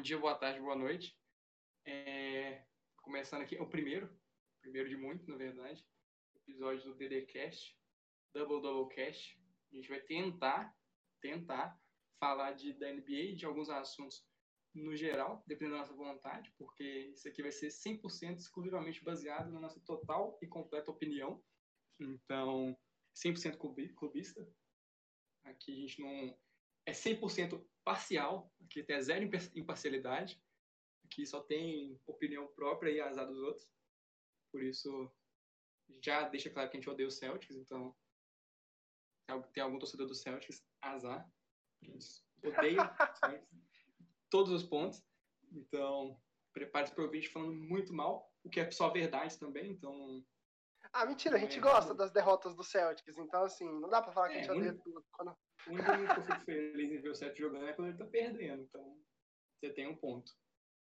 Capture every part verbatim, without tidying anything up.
dia, boa tarde, boa noite. É, Começando aqui, é o primeiro, primeiro de muito, na verdade, episódio do D D Cast, Double Double Cast. A gente vai tentar, tentar falar de, da N B A, de alguns assuntos no geral, dependendo da nossa vontade, porque isso aqui vai ser cem por cento exclusivamente baseado na nossa total e completa opinião. Então, cem por cento clubista. Aqui a gente não... É cem por cento parcial, aqui tem zero imparcialidade. Aqui só tem opinião própria e azar dos outros. Por isso, já deixa claro que a gente odeia o Celtics, então tem algum torcedor do Celtics, azar. A gente odeia o Celtics todos os pontos. Então, prepare-se para o vídeo falando muito mal, o que é só verdade também, então... Ah, mentira, a gente gosta das derrotas do Celtics, então assim, não dá pra falar que é, a gente odeia tudo. Quando... O único momento que eu fico feliz em ver o Celtics jogando é quando ele tá perdendo, então você tem um ponto.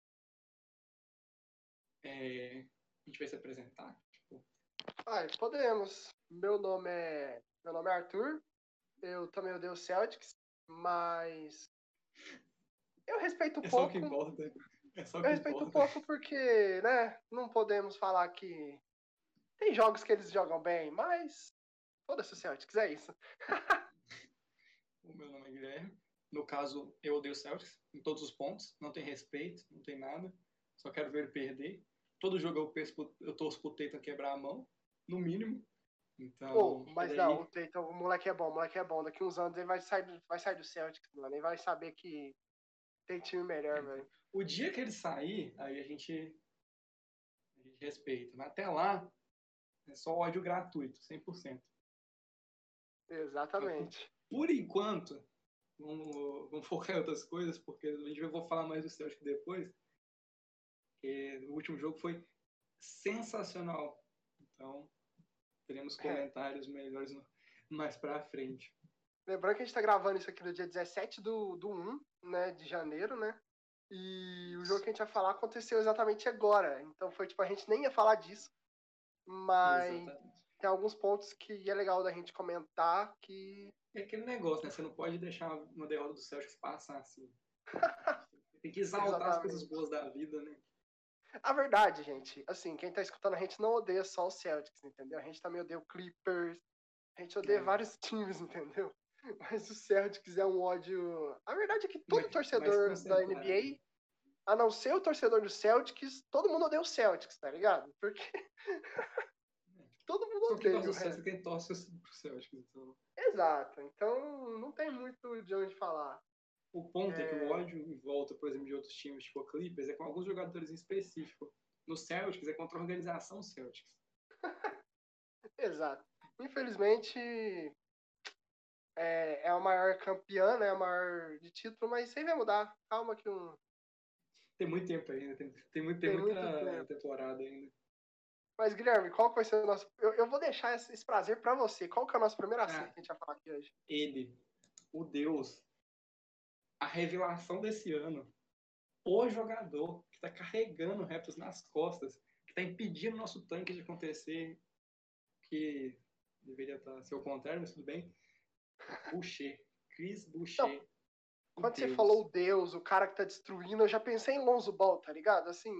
É, a gente vai se apresentar? Tipo... Ah, podemos. Meu nome é. Meu nome é Arthur. Eu também odeio o Celtics, mas. Eu respeito um é pouco. Só o que importa. É só o eu que respeito importa. um pouco porque, né? Não podemos falar que. Tem jogos que eles jogam bem, mas. Foda-se o Celtics, é isso. O meu nome é Guilherme. No caso, eu odeio o Celtics em todos os pontos. Não tem respeito, não tem nada. Só quero ver ele perder. Todo jogo eu, penso, eu torço pro Tatum quebrar a mão, no mínimo. Então, Pô, mas daí... não, o Tatum, o moleque é bom, o moleque é bom. Daqui uns anos ele vai sair, vai sair do Celtics, mano. Nem vai saber que tem time melhor, velho. O dia que ele sair, aí a gente, a gente respeita. Mas até lá, é só ódio gratuito, cem por cento. Exatamente. Por enquanto, vamos, vamos focar em outras coisas, porque a gente vai falar mais do Celtic depois. Porque o último jogo foi sensacional. Então, teremos comentários é. melhores no, mais pra frente. Lembrando que a gente tá gravando isso aqui no dia dezessete do, do um, né, de janeiro, né? E o jogo que a gente vai falar aconteceu exatamente agora. Então foi tipo, a gente nem ia falar disso. Mas exatamente. Tem alguns pontos que é legal da gente comentar que... É aquele negócio, né? Você não pode deixar uma derrota do Celtics passar assim. Tem que exaltar as coisas boas da vida, né? A verdade, gente, assim, quem tá escutando a gente não odeia só o Celtics, entendeu? A gente também odeia o Clippers, a gente odeia é. vários times, entendeu? Mas o Celtics é um ódio... A verdade é que todo mas, torcedor mas da N B A, a não ser o torcedor do Celtics, todo mundo odeia o Celtics, tá ligado? Porque todo mundo Só odeia. Só quem torce o Celtics, quem torce pro Celtics, então... Exato, então não tem muito de onde falar. O ponto é... é que o ódio em volta, por exemplo, de outros times, tipo o Clippers, é com alguns jogadores em específico. No Celtics é contra a organização Celtics. Exato. Infelizmente, é, é a maior campeã, né? A maior de título, mas isso aí vai mudar. Calma que um... Tem muito tempo ainda, tem, tem, muito, tem, tem muita tempo. temporada ainda. Mas, Guilherme, qual que vai ser o nosso... Eu, eu vou deixar esse, esse prazer pra você. Qual que é o nosso primeiro assunto ah, que a gente vai falar aqui hoje? Ele, o Deus, a revelação desse ano, o jogador que tá carregando o Raptors nas costas, que tá impedindo o nosso tanque de acontecer, que deveria estar ser o contrário, mas tudo bem. Boucher, Chris Boucher. Não, quando Deus. você falou o Deus, o cara que tá destruindo, eu já pensei em Lonzo Ball, tá ligado? Assim...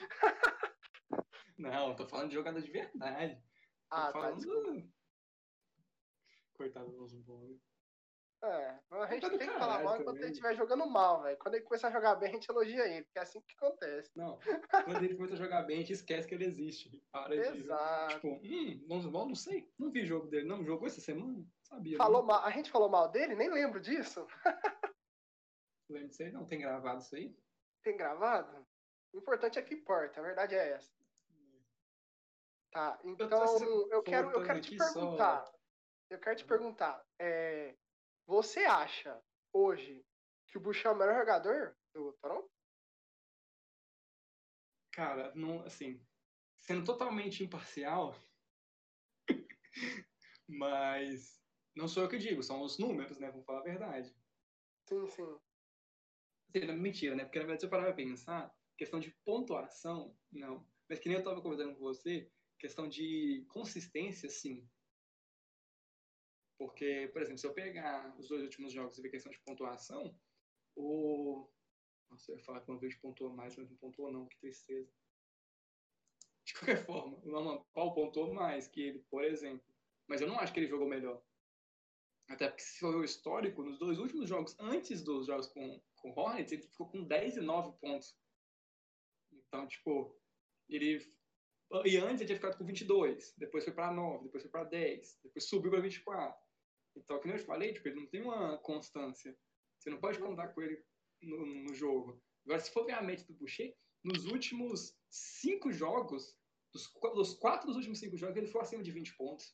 Não, eu tô falando de jogador de verdade. Ah, tô falando... tá, desculpa. Coitado do Lonzo Ball. É, a gente é tem que falar mal também. enquanto ele estiver jogando mal, velho. Quando ele começar a jogar bem, a gente elogia ele, porque é assim que acontece. Não, quando ele começa a jogar bem, a gente esquece que ele existe. Para Exato. de... Tipo, hum, Lonzo Ball, não sei. Não vi jogo dele, não. Jogou essa semana? Sabia. Falou mal. A gente falou mal dele? Nem lembro disso. Lembro disso aí? Não, tem gravado isso aí? Tem gravado? O importante é que importa, a verdade é essa. Tá, então eu, eu quero, eu quero te perguntar. Só... Eu quero te uhum. perguntar. É, você acha hoje que o Boucher é o melhor jogador do Toronto? Cara, não, assim, sendo totalmente imparcial, mas não sou eu que digo, são os números, né? Vamos falar a verdade. Sim, sim. Assim, mentira, né? Porque na verdade, se eu parar pra pensar, questão de pontuação, não. Mas que nem eu tava conversando com você, questão de consistência, sim. Porque, por exemplo, se eu pegar os dois últimos jogos e ver questão de pontuação, o, Nossa, eu ia falar que o Ivanovic pontuou mais, mas não pontuou não, que tristeza. De qualquer forma, o Norman Powell pontuou mais que ele, por exemplo. Mas eu não acho que ele jogou melhor. Até porque se for o histórico, nos dois últimos jogos, antes dos jogos com, com o Hornets, ele ficou com dez e nove pontos. Então, tipo, ele... E antes ele tinha ficado com vinte e dois, depois foi para nove, depois foi para dez, depois subiu para vinte e quatro. Então, como eu te falei, tipo, ele não tem uma constância. Você não pode contar com ele no, no jogo. Agora, se for ver a média do Boucher, nos últimos cinco jogos, dos, dos quatro dos últimos cinco jogos, ele foi acima de vinte pontos.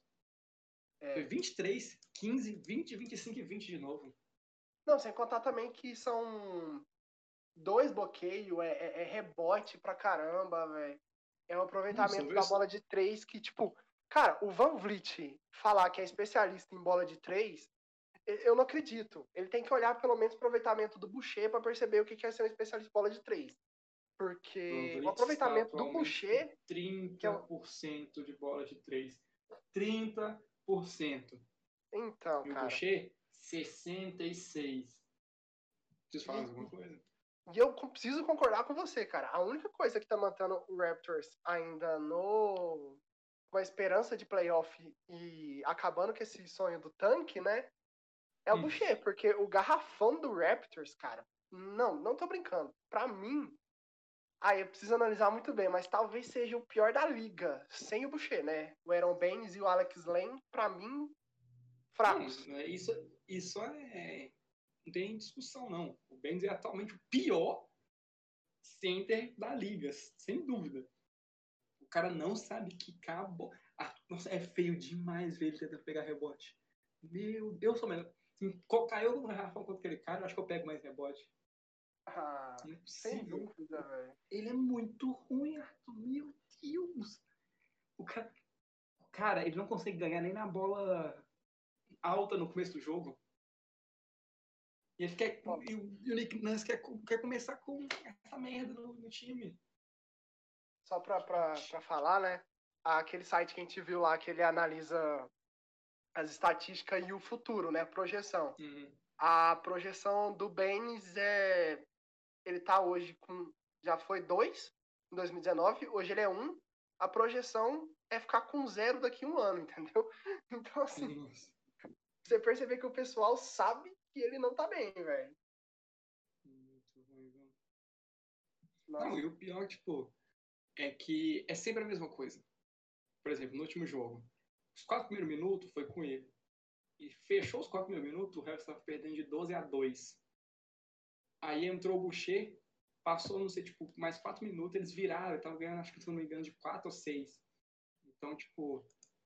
É. Foi vinte e três, quinze, vinte, vinte e cinco e vinte de novo. Não, sem contar também que são dois bloqueios, é, é, é rebote pra caramba, velho. É um aproveitamento Nossa, da bola de três que, tipo... Cara, o Van Vliet falar que é especialista em bola de três, eu não acredito. Ele tem que olhar pelo menos o aproveitamento do Boucher pra perceber o que é ser um especialista em bola de três. Porque o aproveitamento do Boucher... trinta por cento é... de bola de três. trinta por cento. Então, e o cara... Boucher, sessenta e seis por cento. Preciso falar e, mais alguma coisa? E eu preciso concordar com você, cara. A única coisa que tá mantendo o Raptors ainda no... com a esperança de playoff e acabando com esse sonho do tanque, né? É o Hum. Boucher, porque o garrafão do Raptors, cara... Não, não tô brincando. Pra mim... Ah, eu preciso analisar muito bem, mas talvez seja o pior da liga, sem o Boucher, né? O Aaron Baines e o Alex Len, pra mim, fracos. Não, isso, isso é... Não tem discussão, não. O Baines é atualmente o pior center da liga, sem dúvida. O cara não sabe quicar a bola. Ah, nossa, é feio demais ver ele tentando pegar rebote. Meu Deus, sou melhor. Se caiu no garrafão contra aquele cara, eu acho que eu pego mais rebote. Ah, Não é sem possível. dúvida, velho. Ele é muito ruim, Arthur. Meu Deus. O cara, o cara, ele não consegue ganhar nem na bola alta no começo do jogo. E ele quer, e o Nick Nurse quer, quer começar com essa merda no, no time. Só pra, pra, pra falar, né? Aquele site que a gente viu lá, que ele analisa as estatísticas e o futuro, né? Projeção. Uhum. A projeção do Baines é... Ele tá hoje com... Já foi dois em dois mil e dezenove, hoje ele é um. A projeção é ficar com zero daqui a um ano, entendeu? Então, assim, Nossa. você perceber que o pessoal sabe que ele não tá bem, velho. Muito ruim, viu? Nossa. Não, e o pior, tipo, é que é sempre a mesma coisa. Por exemplo, no último jogo, os quatro primeiros minutos foi com ele. E fechou os quatro primeiros minutos, o resto estava perdendo de doze a dois. Aí entrou o Boucher, passou, não sei, tipo, mais quatro minutos, eles viraram, estavam ganhando, acho que se não me engano, de quatro ou seis. Então, tipo,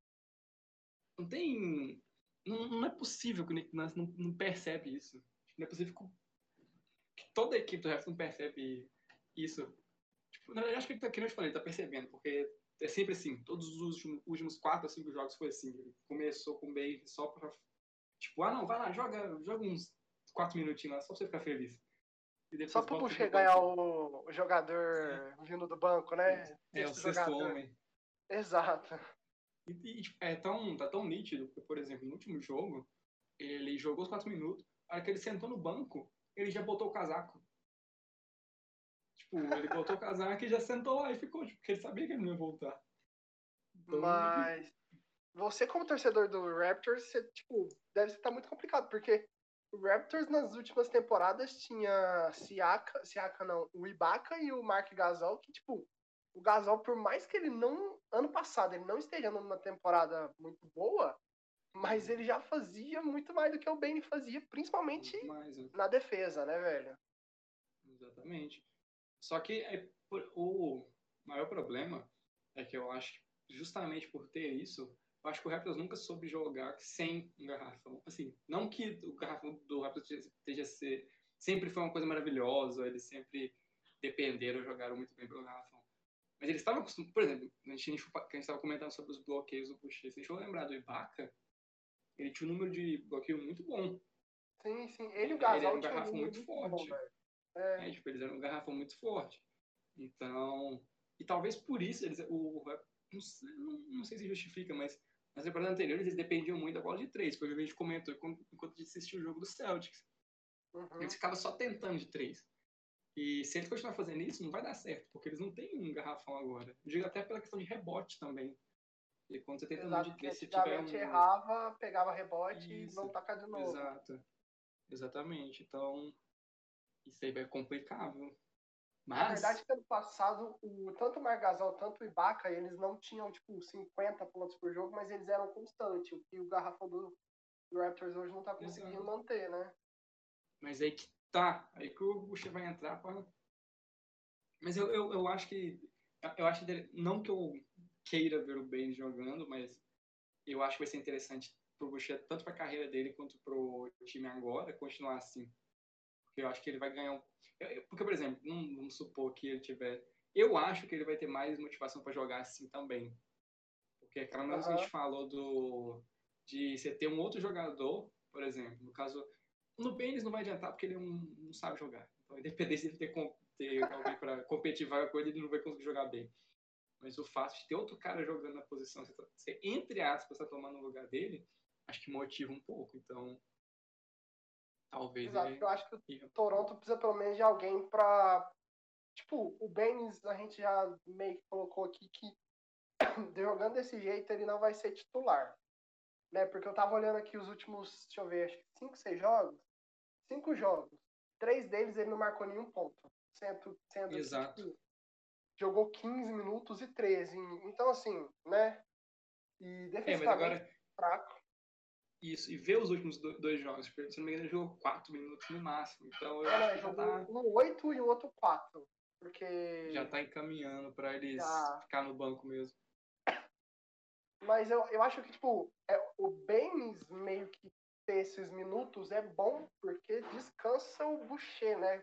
não tem... Não, não é possível que o Nick Nurse não, não percebe isso. Não é possível que, que toda a equipe do resto não percebe isso. Tipo, na verdade, acho que ele tá, que eu te falei, ele tá percebendo, porque é sempre assim. Todos os últimos, últimos quatro ou cinco jogos foi assim. Ele começou com o Baby só pra... Tipo, ah, não, vai lá, joga, joga uns quatro minutinhos lá, só pra você ficar feliz. E depois Só pro volta Boucher pro ganhar banco. o, o jogador É, vindo do banco, né? é, é o Sexto sexto jogador. homem. Exato. E, e tipo, é tão, tá tão nítido que, por exemplo, no último jogo, ele jogou os quatro minutos, a hora que ele sentou no banco, ele já botou o casaco. Tipo, ele botou o casaco e já sentou lá e ficou, tipo, porque ele sabia que ele não ia voltar. Então, ele... Mas você, como torcedor do Raptors, você, tipo, deve estar muito complicado, porque o Raptors nas últimas temporadas tinha Siaka, Siaka não, o Ibaka e o Mark Gasol, que, tipo, o Gasol, por mais que ele não, ano passado, ele não esteja numa temporada muito boa, mas ele já fazia muito mais do que o Bane fazia, principalmente Muito mais, né? na defesa, né, velho? Exatamente. Só que é, o maior problema é que eu acho que justamente por ter isso, eu acho que o Raptors nunca soube jogar sem um garrafão. Assim, não que o garrafão do Raptors esteja ser, sempre foi uma coisa maravilhosa, eles sempre dependeram, jogaram muito bem pelo garrafão. Mas eles estavam acostumados, por exemplo, a gente estava comentando sobre os bloqueios do Boucher. Se a gente for lembrar do Ibaka, ele tinha um número de bloqueio muito bom. Sim, sim. Ele e o Ele era Gasol um tinham um garrafão número muito muito bom, forte. velho. É. É, tipo, eles eram um garrafão muito forte. Então, e talvez por isso eles, o, não, sei, não, não sei se justifica, mas nas temporadas anteriores eles dependiam muito da bola de três, foi o que a gente comentou enquanto a gente assistiu o jogo do Celtics. Uhum. Eles ficavam só tentando de três. E se ele continuar fazendo isso, não vai dar certo, porque eles não têm um garrafão agora. Eu digo até pela questão de rebote também. E quando você tenta um Exato, de porque três, se tiver antigamente um. errava, pegava rebote e Isso, vamos tacar de novo. exato. Exatamente. Então, isso aí vai complicar, viu? A verdade Mas. é que ano passado, o, tanto o Margasol quanto o Ibaka, eles não tinham, tipo, cinquenta pontos por jogo, mas eles eram constantes, o que o garrafão do, do Raptors hoje não tá conseguindo Exato. manter, né? Mas aí que tá. Aí que o Boucher vai entrar pra. Mas eu, eu, eu acho que. Eu acho dele. Não que eu queira ver o Baines jogando, mas eu acho que vai ser interessante pro Boucher, tanto pra carreira dele quanto pro time agora, continuar assim. Porque eu acho que ele vai ganhar um. eu- eu- Porque, por exemplo, vamos, vamos supor que ele tiver. Eu acho que ele vai ter mais motivação para jogar assim também. Porque aquela mesma que a Aham. gente falou do. De você ter um outro jogador, por exemplo, no caso. No Baines não vai adiantar porque ele não, não sabe jogar. Então, independente de ele ter, com- ter alguém para competir vai com ele, ele não vai conseguir jogar bem. Mas o fato de ter outro cara jogando na posição, você, tá- você entre aspas, está tomando o lugar dele, acho que motiva um pouco. Então, talvez Exato, ele. eu acho que o Toronto precisa pelo menos de alguém pra. Tipo, o Baines a gente já meio que colocou aqui que jogando desse jeito ele não vai ser titular. Né? Porque eu tava olhando aqui os últimos, deixa eu ver, acho que cinco, seis jogos. Cinco jogos. Três deles ele não marcou nenhum ponto. Sendo, sendo que, Exato. tipo, jogou quinze minutos e treze. Então, assim, né? E É, mas defensivamente, agora. fraco. Isso, e ver os últimos do- dois jogos, porque, se não me engano, ele jogou quatro minutos no máximo. Então eu É, não, acho ele que já jogou tá, um oito e o outro quatro. já Porque tá encaminhando para eles já. ficar no banco mesmo. Mas eu, eu acho que, tipo, é, o Baines meio que ter esses minutos é bom porque descansa o Boucher, né?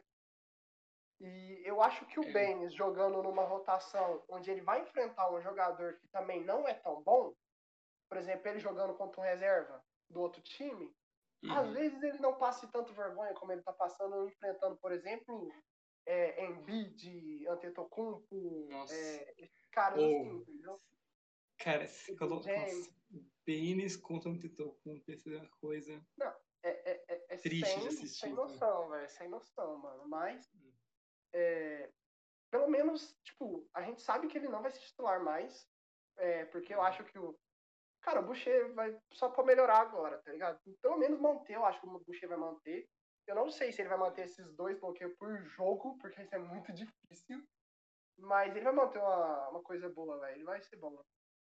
E eu acho que o É. Baines jogando numa rotação onde ele vai enfrentar um jogador que também não é tão bom, por exemplo, ele jogando contra um reserva do outro time, às Uhum. vezes ele não passe tanto vergonha como ele está passando enfrentando, por exemplo, é, Embiid, Antetokounmpo, Nossa. é, caras assim, Ou, entendeu? cara, se LeBron coloca. James. Nossa. Pênis contra um Tetocumpo, isso é uma coisa Não, é, é, é, é triste de sem, sem assistir, cara. noção, velho, sem noção, mano. Mas, é, pelo menos, tipo, a gente sabe que ele não vai se titular mais, é, porque eu Uhum. acho que o cara, o Boucher vai só pra melhorar agora, tá ligado? Pelo menos manter, eu acho que o Boucher vai manter. Eu não sei se ele vai manter esses dois bloqueios por jogo, porque isso é muito difícil. Mas ele vai manter uma, uma coisa boa, velho. Ele vai ser bom.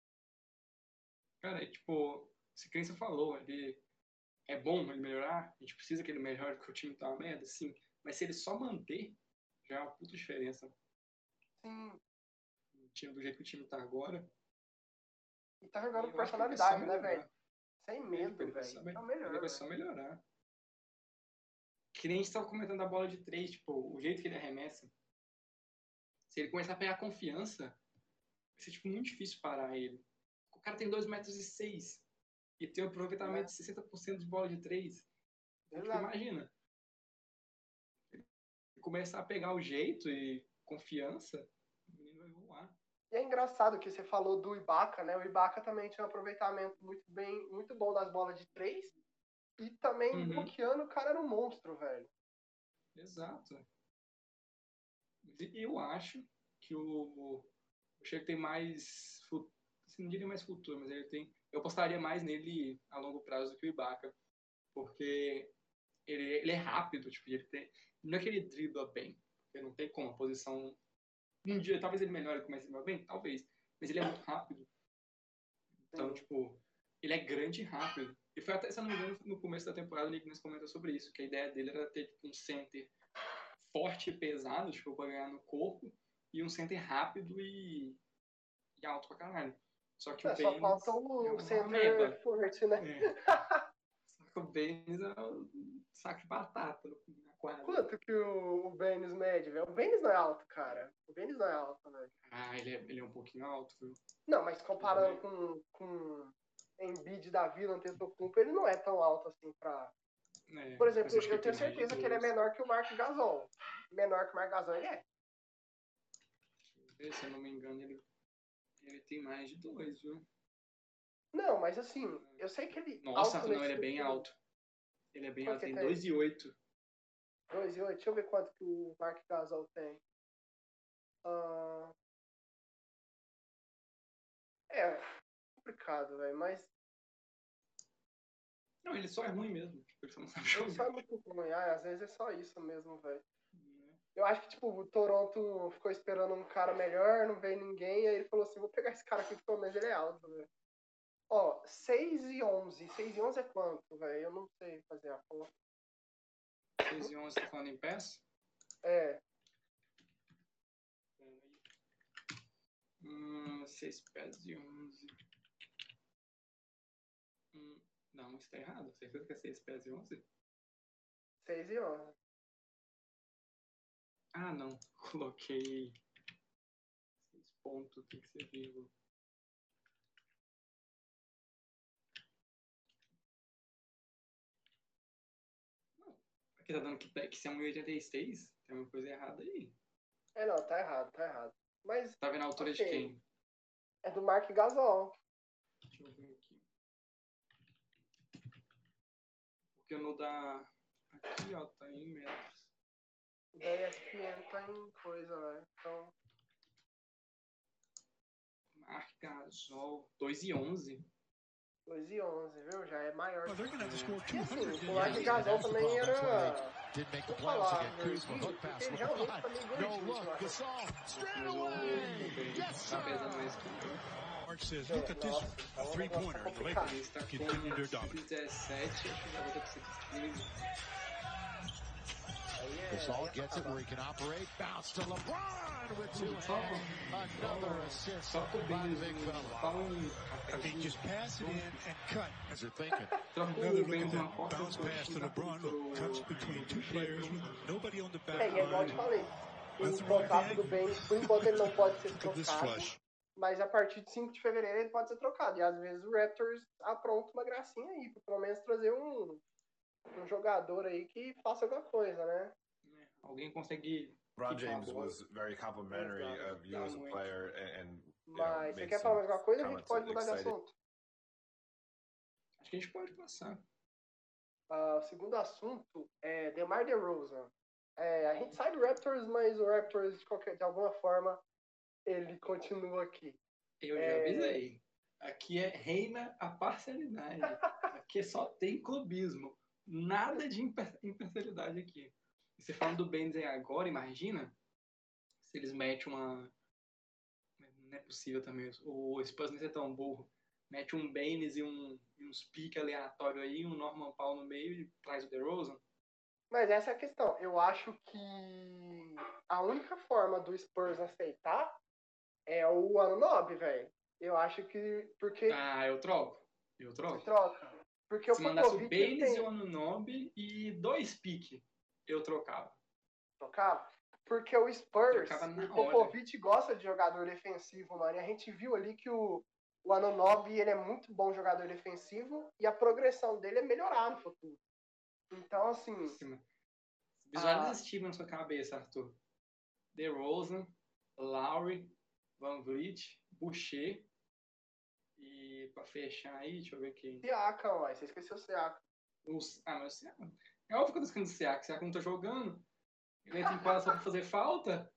Cara, é tipo, se quem você falou, ele é bom ele melhorar, a gente precisa que ele melhore porque o time tá uma merda, sim. Mas se ele só manter, já é uma puta diferença. Sim. O time, do jeito que o time tá agora. E tá E jogando com eu acho que ele vai só personalidade, né, velho? melhorar. Sem É, tipo, medo, ele vai velho. só, É o ele vai melhor, só velho. melhorar. Que nem a gente tava comentando da bola de três, tipo, o jeito que ele arremessa. Se ele começar a pegar confiança, vai ser tipo, muito difícil parar ele. O cara tem dois metros e seis e tem um aproveitamento Né? de sessenta por cento de bola de três. Então, tipo, Exato. imagina. Começar a pegar o jeito e confiança, o menino vai voar. E é engraçado que você falou do Ibaka, né? O Ibaka também tinha um aproveitamento muito bem, muito bom das bolas de três. E também Uhum, bloqueando, o cara era um monstro, velho. exato. E eu acho que o, o Checo tem mais, assim, não diria mais futuro, mas ele tem, eu apostaria mais nele a longo prazo do que o Ibaka, porque ele, ele é rápido, tipo, ele tem, não é que ele dribla bem, porque não tem como, a posição, um dia, talvez ele melhore e comece a driblar bem, talvez, mas ele é muito rápido, então, Sim. tipo, ele é grande e rápido. E foi até, se eu não me engano, no começo da temporada o Nick nos comentou sobre isso, que a ideia dele era ter tipo, um center forte e pesado, tipo, pra ganhar no corpo, e um center rápido e, e alto pra caralho. Só que o É, só falta Baines é o uma center ameba. forte, né? É. Só que o Baines é um saco de batata na quadra. Quanto que o, o Baines mede, velho? O Baines não é alto, cara. O Baines não é alto, velho. Ah, ele é, ele é um pouquinho alto, viu? Não, mas Ele não comparando é. com, com Embiid da vida, Antetokounmpo, ele não é tão alto assim pra... É, Por mas eu exemplo, acho que eu ele tem tenho mais de certeza que ele é dois. menor que o Marc Gasol. Menor que o Marc Gasol ele é. Se eu não me engano, ele, ele tem mais de dois, viu? Não, mas assim, eu sei que ele Nossa, alto não, nesse ele é bem sentido. alto. Ele é bem Quanto alto, que ele tem tem? dois e oito. dois e oito. Deixa eu ver quanto que o Mark Gasol tem. Uh... É, complicado, velho, mas... Não, ele só é ruim mesmo. Tipo, ele só não sabe Ele jogar. só é muito ruim. Ah, às vezes é só isso mesmo, velho. Eu acho que, tipo, o Toronto ficou esperando um cara melhor, não veio ninguém, aí ele falou assim, vou pegar esse cara aqui que pelo menos ele é alto, velho. Ó, seis e onze. seis e onze é quanto, velho? Eu não sei fazer a conta. seis e onze, tá falando em pés? É. Hum, seis pés e onze. Hum, não, isso tá errado. Certeza que é seis pés e onze? seis e onze. Ah, não. Coloquei seis pontos, tem que ser vírgula. Aqui tá dando que, que se é um e oitenta e seis, tem uma coisa errada aí. É, não, tá errado, tá errado. Mas, Tá vendo a altura okay. de quem? É do Mark Gasol. Deixa eu ver aqui. Porque no da... Aqui, ó, tá em metros. Da E S P N tá em coisa, né? Então... Mark Gasol, dois e onze. dois e onze, viu? Já é maior. Well, e assim, o Mark Gasol também era... Vou falar, gordinho, porque ele realmente tá meio gordinho. Tá pesando mais que Mark says, look at this three-pointer. The Lakers continue their dominance. dezessete, acho que já volta pra quinze. Gasol gets it where he can operate. Bounce to LeBron with two hands. Another assist by the big fella. I think just pass it in and cut. As they're thinking. Another look at that bounce pass to LeBron. Look, cuts between two players with nobody on the back É, e é igual eu te line. falei. O contrato do Ben, por enquanto ele não pode ser Look at this trocado. flush. Mas a partir de cinco de fevereiro ele pode ser trocado. E às vezes o Raptors apronta uma gracinha aí, pra pelo menos trazer um, um jogador aí que faça alguma coisa, né? Alguém consegue... LeBron James was very complimentary of you as a player and, and you know, Mas você made quer some falar mais alguma coisa ou a gente comments pode mudar de excited. assunto? Acho que a gente pode passar. Uh, o segundo assunto é DeMar DeRozan. É, a gente sai do Raptors, mas o Raptors, de, qualquer, de alguma forma, ele continua aqui. Eu É... já avisei. Aqui é reina a parcialidade. Aqui só tem clubismo. Nada de imper- imparcialidade aqui. E você falando do Baines aí agora, imagina se eles metem uma... Não é possível também. O Spurs não é tão burro. Mete um Baines e, um, e uns piques aleatórios aí, um Norman Powell no meio e traz o DeRozan. Mas essa é a questão. Eu acho que a única forma do Spurs aceitar é o Anunoby, velho. Eu acho que... Porque... Ah, eu troco. Eu troco. Você troca. Porque Se o mandasse o Popovich Baines tem... e o Anunoby e dois piques, eu trocava. Trocava? Porque o Spurs, Trocava na o Popovich gosta de jogador defensivo, mano. E a gente viu ali que o, o Anunoby, ele é muito bom jogador defensivo e a progressão dele é melhorar no futuro. Então, assim... Visualiza ah, esse time na sua cabeça, Arthur. DeRozan, Lowry, Van Vliet, Boucher. E pra fechar aí, deixa eu ver quem. Siakam, ué. Você esqueceu o Siakam. Os... Ah, mas o Siakam. É óbvio que eu tô esquecendo do Siakam. O Siakam não tá jogando. Ele entra em quadra só pra fazer falta.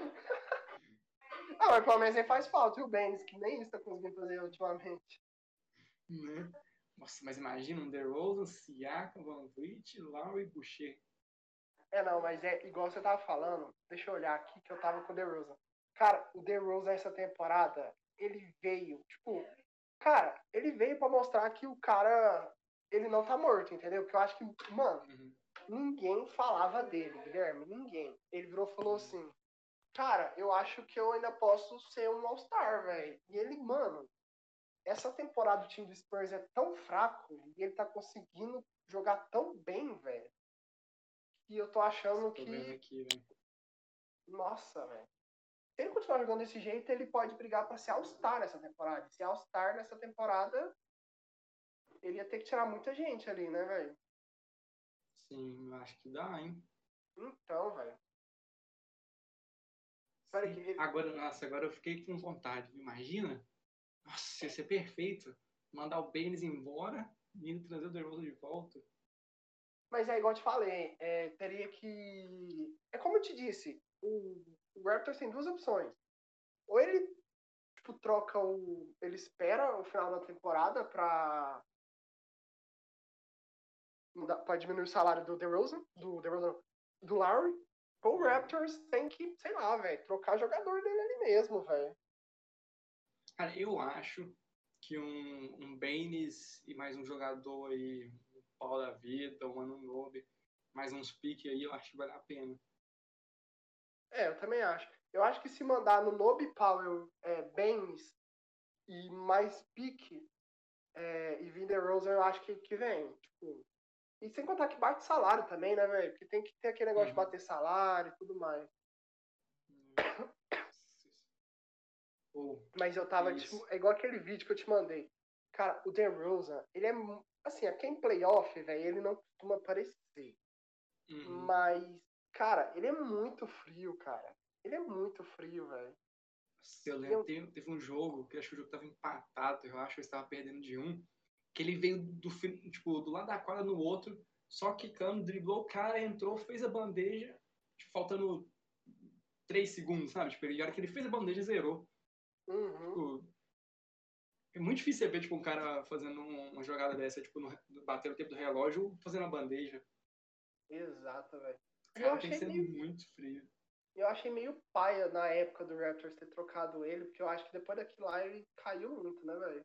Ah, mas pelo menos ele faz falta. E o Baines, que nem isso tá conseguindo fazer ultimamente. Né? Nossa, mas imagina um DeRozan, Siakam, Van Vliet, Lowry e Boucher. É, não, mas é igual você tava falando. Deixa eu olhar aqui que eu tava com o DeRozan. Cara, o DeRozan essa temporada, ele veio, tipo... Cara, ele veio pra mostrar que o cara, ele não tá morto, entendeu? Porque eu acho que, mano, Uhum. ninguém falava dele, Guilherme, ninguém. Ele virou e falou assim, cara, eu acho que eu ainda posso ser um All-Star, velho. E ele, mano, essa temporada do time do Spurs é tão fraco e ele tá conseguindo jogar tão bem, velho, que eu tô achando Tô que... vendo aqui, velho. Nossa, velho. Se ele continuar jogando desse jeito, ele pode brigar pra ser All-Star nessa temporada. Se All-Star nessa temporada, ele ia ter que tirar muita gente ali, né, velho? Sim, eu acho que dá, hein? Então, velho. Espera que ele... Agora, nossa, agora eu fiquei com vontade. Imagina? Nossa, ia ser perfeito. Mandar o Baines embora e ele trazer o DeRozan de volta. Mas é igual eu te falei, é, teria que... É como eu te disse, o, o Raptors tem duas opções. Ou ele, tipo, troca o... Ele espera o final da temporada pra... pra diminuir o salário do DeRozan, do DeRozan, do Lowry. Ou o Raptors tem que, sei lá, velho, trocar jogador dele ali mesmo, velho. Cara, eu acho que um, um Baines e mais um jogador aí, um pau da vida, um Anunoby, mais uns piques aí, eu acho que vale a pena. É, eu também acho. Eu acho que se mandar no Nobi Powell, é, Baines e mais pique é, e Vin DeRozan, eu acho que, que vem. Tipo, e sem contar que bate salário também, né, velho? Porque tem que ter aquele negócio Uhum. de bater salário e tudo mais. Oh, Mas eu tava, tipo, é igual aquele vídeo que eu te mandei. Cara, o DeRozan, ele é, assim, é porque em playoff, velho, ele não costuma aparecer. uhum. Mas, cara, ele é muito frio, cara. Ele é muito frio, velho. Eu lembro, teve, teve um jogo, que acho que o jogo tava empatado, eu acho que eu estava perdendo de um, que ele veio do, tipo, do lado da quadra no outro, só quicando, driblou o cara, entrou, fez a bandeja, tipo, faltando três segundos, sabe? Tipo, e a hora que ele fez a bandeja, zerou. Uhum. Tipo, é muito difícil você ver, tipo, um cara fazendo uma jogada dessa, tipo, no, batendo o tempo do relógio, fazendo a bandeja. Exato, velho. O E eu cara tem que achei ser meio, muito frio. eu achei meio paia na época do Raptors ter trocado ele, porque eu acho que depois daquilo lá ele caiu muito, né, velho?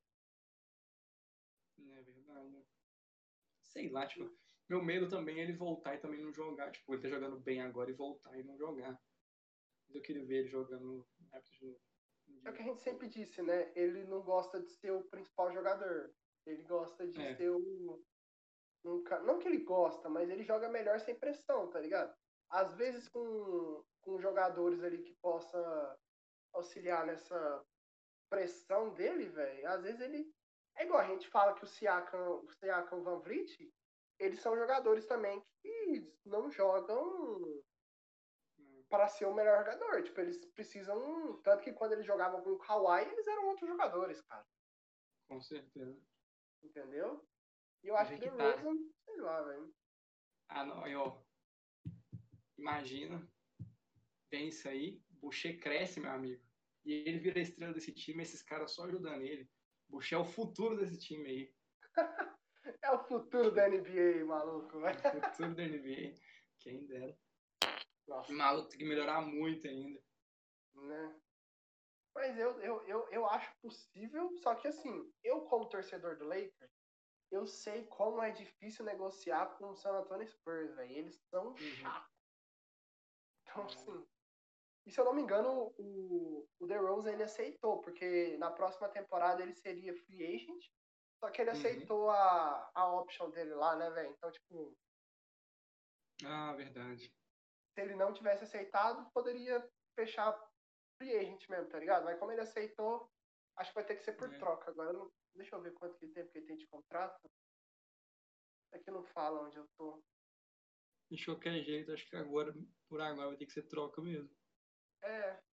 É verdade. Sei lá, tipo, meu medo também é ele voltar e também não jogar. Tipo, ele tá jogando bem agora e voltar e não jogar. Mas eu queria ver ele jogando Raptors de novo. É o que a gente sempre disse, né? Ele não gosta de ser o principal jogador. Ele gosta de É. ser o... Um, ca- não que ele gosta, mas ele joga melhor sem pressão, tá ligado? Às vezes com, com jogadores ali que possa auxiliar nessa pressão dele, velho, às vezes ele... É igual a gente fala que o Siakam, o Siakam e o Van Vliet, eles são jogadores também que não jogam para ser o melhor jogador. Tipo, eles precisam... Tanto que quando eles jogavam com o Kawhi, eles eram outros jogadores, cara. Com certeza. Entendeu? E eu Mas acho é que que o tá. DeRozan, sei lá, velho. Ah, não, aí, ó. Imagina, vem isso aí, Boucher cresce, meu amigo. E ele vira a estrela desse time, esses caras só ajudando ele. Boucher é o futuro desse time aí. É o futuro da N B A, maluco, velho. O futuro da N B A. Quem dera. Nossa, O maluco tem que melhorar muito ainda. né? Mas eu, eu, eu, eu acho possível, só que assim, eu como torcedor do Lakers, eu sei como é difícil negociar com o San Antonio Spurs, velho. Eles são Uhum. chatos. Então, assim... E se eu não me engano, o, o DeRozan ele aceitou, porque na próxima temporada ele seria free agent, só que ele Uhum. aceitou a, a option dele lá, né, velho? Então, tipo, Ah, verdade. se ele não tivesse aceitado, poderia fechar free agent mesmo, tá ligado? Mas como ele aceitou, acho que vai ter que ser por É. troca. Agora, não, deixa eu ver quanto que tempo que ele tem de contrato. É que não fala onde eu tô. De qualquer jeito, acho que agora, por agora, vai ter que ser troca mesmo. É.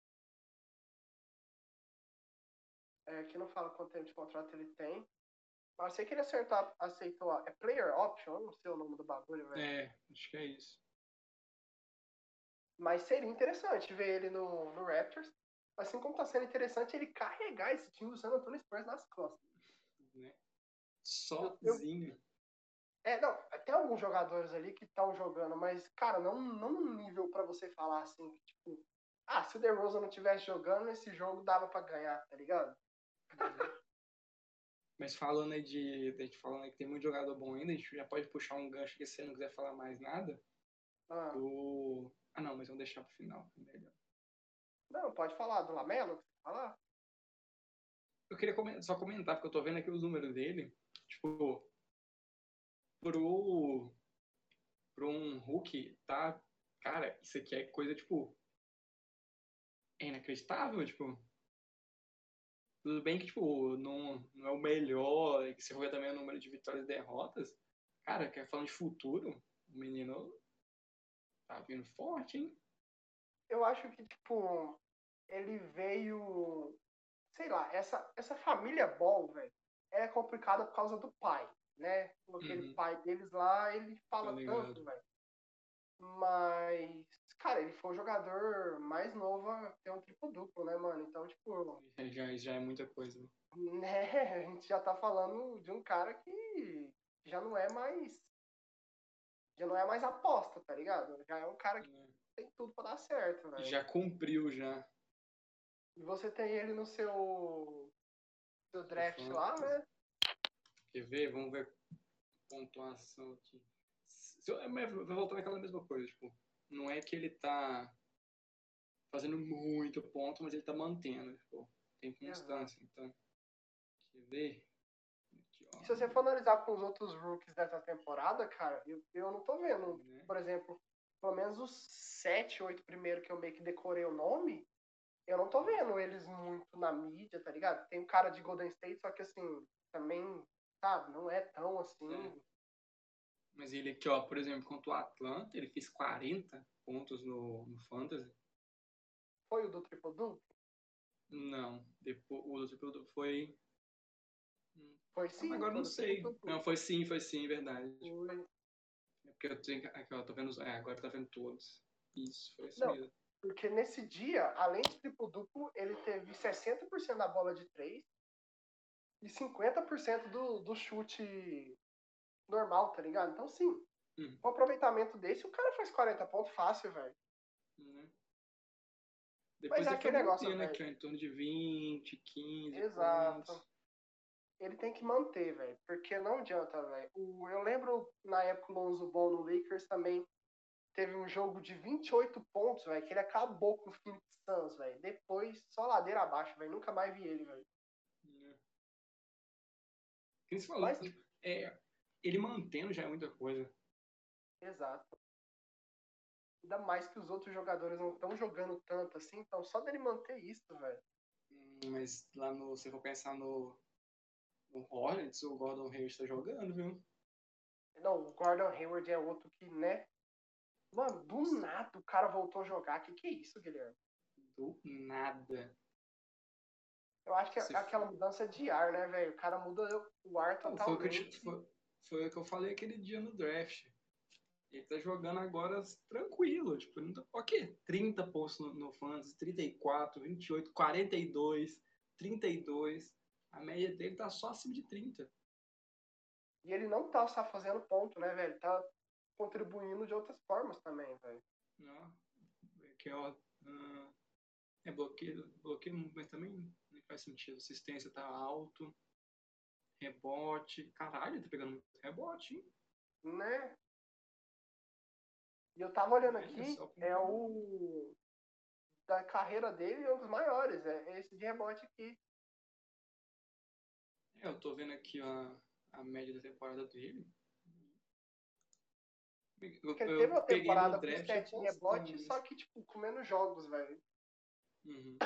É, aqui não fala quanto tempo de contrato ele tem. Mas eu sei que ele acertou, aceitou a... É player option? Eu não sei o nome do bagulho, velho. É, acho que é isso. Mas seria interessante ver ele no, no Raptors. Assim como tá sendo interessante ele carregar esse time do San Antonio Spurs nas costas. Né? Eu, eu, Sozinho. é, não, tem alguns jogadores ali que estão jogando, mas, cara, não, não um nível pra você falar assim, que, tipo, ah, se o DeRozan não tivesse jogando, esse jogo dava pra ganhar, tá ligado? Mas falando aí de. A gente falando aí que tem muito jogador bom ainda, a gente já pode puxar um gancho que se você não quiser falar mais nada. Ah, Do. Ah não, mas vamos deixar pro final. Melhor. não, pode falar do Lamelo, falar. Eu queria comentar, só comentar, porque eu tô vendo aqui os números dele. Tipo, pro. Pro um Hulk, tá. Cara, isso aqui é coisa, tipo. É inacreditável, tipo. Tudo bem que, tipo, não, não é o melhor, e que você for também o número de vitórias e derrotas. Cara, que é falando de futuro, o menino tá vindo forte, hein? Eu acho que, tipo, ele veio... Sei lá, essa, essa família Ball, velho, é complicada por causa do pai. né? Aquele Uhum. pai deles lá, ele fala Tô ligado. tanto, velho. Mas, cara, ele foi o jogador mais novo a ter um triplo-duplo, né, mano? Então, tipo, Já, já é muita coisa. Né? né? A gente já tá falando de um cara que já não é mais. Já não é mais aposta, tá ligado? Já é um cara que Né? tem tudo pra dar certo, velho. Já cumpriu, já. E você tem ele no seu, seu draft Fantasy. lá, né? Quer ver? Vamos ver a pontuação aqui. Se eu, mas vai voltar naquela mesma coisa, tipo, não é que ele tá fazendo muito ponto, mas ele tá mantendo, tipo, tem constância, então. Quer ver? Aqui, ó, E se você for analisar com os outros rookies dessa temporada, cara, eu, eu não tô vendo. né? Por exemplo, pelo menos os sete, oito primeiros que eu meio que decorei o nome, eu não tô vendo eles muito na mídia, tá ligado? Tem um cara de Golden State, só que assim, também, sabe, não é tão assim. É. Mas ele aqui, ó, por exemplo, contra o Atlanta, ele fez quarenta pontos no, no Fantasy. Foi o do Triple Duplo? Não, depois, o outro Triple Duplo foi... Foi Ah, mas sim, agora foi não do Triple sei. Duplo. Não, foi sim, foi sim, verdade. Foi. É porque eu tenho... Aqui, ó, tô vendo... os- É, agora tá vendo todos. Isso, foi isso Não, mesmo. porque nesse dia, além de triplo duplo, ele teve sessenta por cento da bola de três e cinquenta por cento do, do chute normal, tá ligado? Então, sim, Hum. com um aproveitamento desse, o cara faz quarenta pontos fácil, velho. Né? Mas Depois é ele foi aquele negócio, mantendo velho. aqui, ó, em torno de vinte, quinze Exato. pontos. Ele tem que manter, velho. Porque não adianta, velho. Eu lembro, na época, o Lonzo Ball no Lakers também teve um jogo de vinte e oito pontos, velho, que ele acabou com o Phoenix Suns, velho. Depois, só ladeira abaixo, velho. Nunca mais vi ele, velho. Né? Quem se falou, Mas, tipo, é, ele mantendo já é muita coisa. exato. Ainda mais que os outros jogadores não estão jogando tanto assim, então só dele manter isso, velho. Hum, Mas lá no... Se eu for pensar no... No Hornets, o Gordon Hayward tá jogando, viu? Não, o Gordon Hayward é outro que, né? Mano, do nada o cara voltou a jogar. Que que é isso, Guilherme? Do nada. Eu acho que é Se aquela mudança de ar, né, velho? O cara muda o ar Não, foi, o que eu, totalmente. te- foi, foi o que eu falei aquele dia no draft. Ele tá jogando agora tranquilo. Tipo, não tá, ok, trinta pontos no, no Fantasy, trinta e quatro, vinte e oito, quarenta e dois, trinta e dois. A média dele tá só acima de trinta. E ele não tá só fazendo ponto, né, velho? Tá contribuindo de outras formas também, velho. Não, que, ó, ah, é bloqueio, bloqueio, mas também não faz sentido. Assistência tá alto. Rebote. Caralho, ele tá pegando muito rebote, hein? Né? E eu tava olhando Olha aqui, só como é que é. o da carreira dele é um dos maiores, é esse de rebote aqui. É, eu tô vendo aqui a, a média da temporada dele. Eu, Porque ele teve eu uma peguei no temporada com draft sete apostando rebotes, só nisso. que, tipo, com menos jogos, velho. Uhum.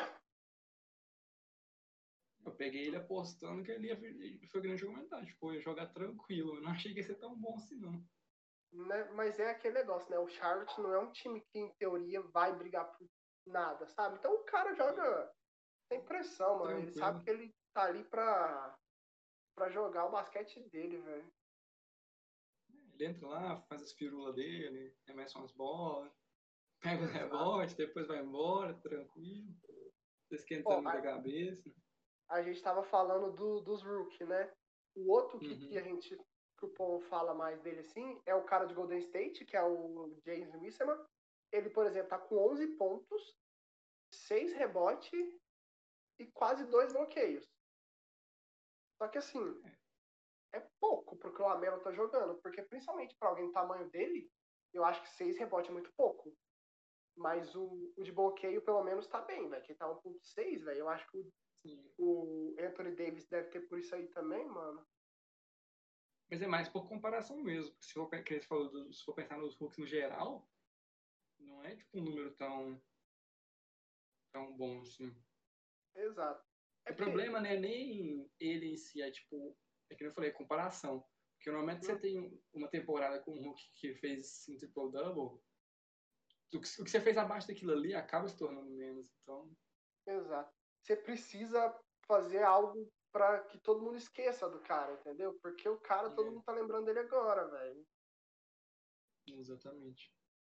Eu peguei ele apostando que ele ia, ele foi grande argumentado. Tipo, ia jogar tranquilo. Eu não achei que ia ser tão bom assim, não. Né? Mas é aquele negócio, né? O Charlotte não é um time que, em teoria, vai brigar por nada, sabe? Então o cara joga sem pressão, mano. Ele sabe Tranquilo. que ele tá ali pra, pra jogar o basquete dele, velho. Ele entra lá, faz as firulas dele, remessa umas bolas, pega os Exato. rebotes, depois vai embora, tranquilo. Esquentando Ó, muita a, cabeça. a gente tava falando do, dos rookie, né? O outro que, que a Uhum. gente, que o povo fala mais dele, assim, é o cara de Golden State, que é o James Wiseman. Ele, por exemplo, tá com onze pontos, seis rebotes e quase dois bloqueios. Só que assim, é pouco pro que o Lamelo tá jogando, porque principalmente para alguém do tamanho dele, eu acho que seis rebotes é muito pouco. Mas o, o de bloqueio pelo menos tá bem, velho. Que tá um ponto seis, velho. Eu acho que o, Sim. o Anthony Davis deve ter por isso aí também, mano. Mas é mais por comparação mesmo. Se for, que você falou do, se for pensar nos rookies no geral, não é tipo um número tão, tão bom assim. Exato. É O porque. problema não é nem ele em si, é tipo, é que eu falei, comparação. Porque normalmente você Hum, tem uma temporada com um rookie que fez um triple-double, o que você fez abaixo daquilo ali acaba se tornando menos. Então, exato. Você precisa fazer algo pra que todo mundo esqueça do cara, entendeu? Porque o cara, todo É. mundo tá lembrando dele agora, velho. Exatamente.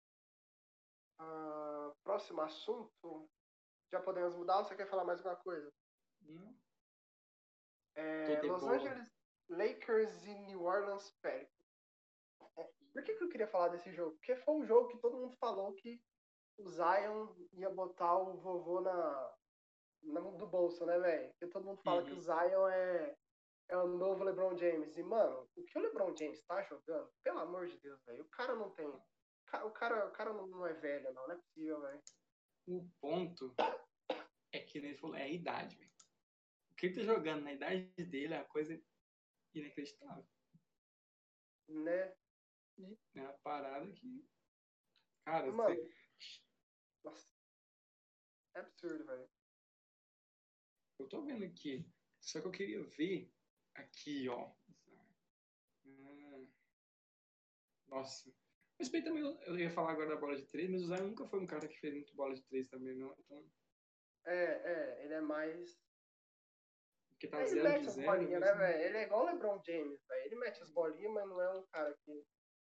Ah, próximo assunto. Já podemos mudar ou você quer falar mais alguma coisa? Não, É, tô de Los boa. Angeles Lakers e New Orleans Pelicans. É, por que, que eu queria falar desse jogo? Porque foi um jogo que todo mundo falou que o Zion ia botar o vovô na, na do bolso, né, velho? Porque todo mundo fala Uhum. que o Zion é, é o novo LeBron James. E, mano, o que o LeBron James tá jogando, pelo amor de Deus, velho, o cara não tem... O cara, o cara, o cara não, não é velho, não, não é possível, velho. O ponto é que ele falou, é a idade, velho. O que ele tá jogando na idade dele é uma coisa inacreditável. Né? É uma parada que. Cara, Mano, você... nossa. É absurdo, velho. eu tô vendo aqui. Só que eu queria ver aqui, ó. Hum, nossa. Mas bem também, eu- eu ia falar agora da bola de três, mas o Zion nunca foi um cara que fez muito bola de três também, não. Então, É, é, ele é mais... porque tá Ele zero de mete as zero, bolinhas, mas né, velho? Ele é igual o LeBron James, velho. Ele mete as bolinhas, mas não é um cara que...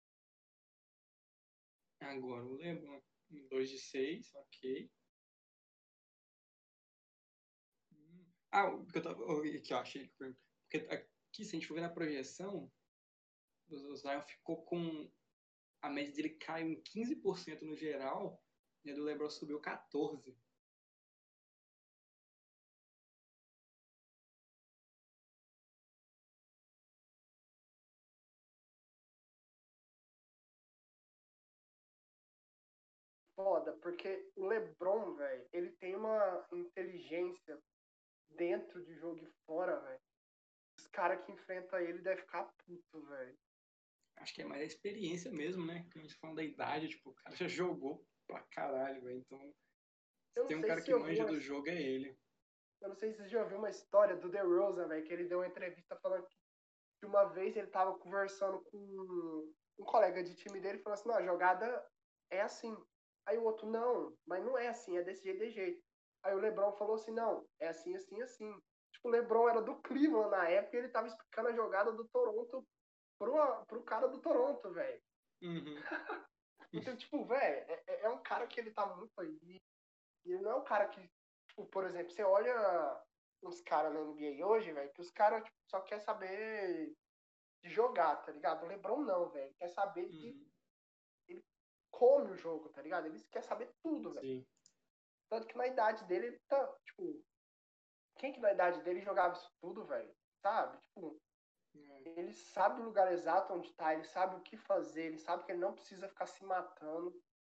agora o LeBron, dois de seis, ok. Hum. Ah, o que eu tava. o que eu achei. Porque aqui, se a gente for ver na projeção, o Zion ficou com. A média dele caiu em quinze por cento no geral, e a do LeBron subiu quatorze por cento. Foda, porque o LeBron, velho, ele tem uma inteligência dentro de jogo e fora, velho. Os caras que enfrentam ele devem ficar puto, velho. Acho que é mais a experiência mesmo, né? Que a gente falando da idade, tipo, o cara já jogou pra caralho, velho. Então, Eu se não tem um sei cara se que eu vi manja uma, do jogo, é ele. eu não sei se você já ouviu uma história do DeRozan, velho, que ele deu uma entrevista falando que uma vez ele tava conversando com um colega de time dele e falou assim, não, a jogada é assim. Aí o outro, não, mas não é assim, é desse jeito, desse jeito. Aí o LeBron falou assim, não, é assim, assim, assim. Tipo, o LeBron era do Cleveland na época e ele tava explicando a jogada do Toronto pro, pro cara do Toronto, velho. Uhum. Então, tipo, velho, é, é um cara que ele tá muito aí. E ele não é um cara que, tipo, por exemplo, você olha uns caras na N B A hoje, velho, que os caras tipo, só quer saber de jogar, tá ligado? O LeBron não, velho. Quer saber de. Uhum. Ele come o jogo, tá ligado? Ele quer saber tudo, velho. Sim. Tanto que na idade dele, ele tá, tipo. Quem que na idade dele jogava isso tudo, velho? Sabe? Tipo, É. ele sabe o lugar exato onde tá, ele sabe o que fazer, ele sabe que ele não precisa ficar se matando.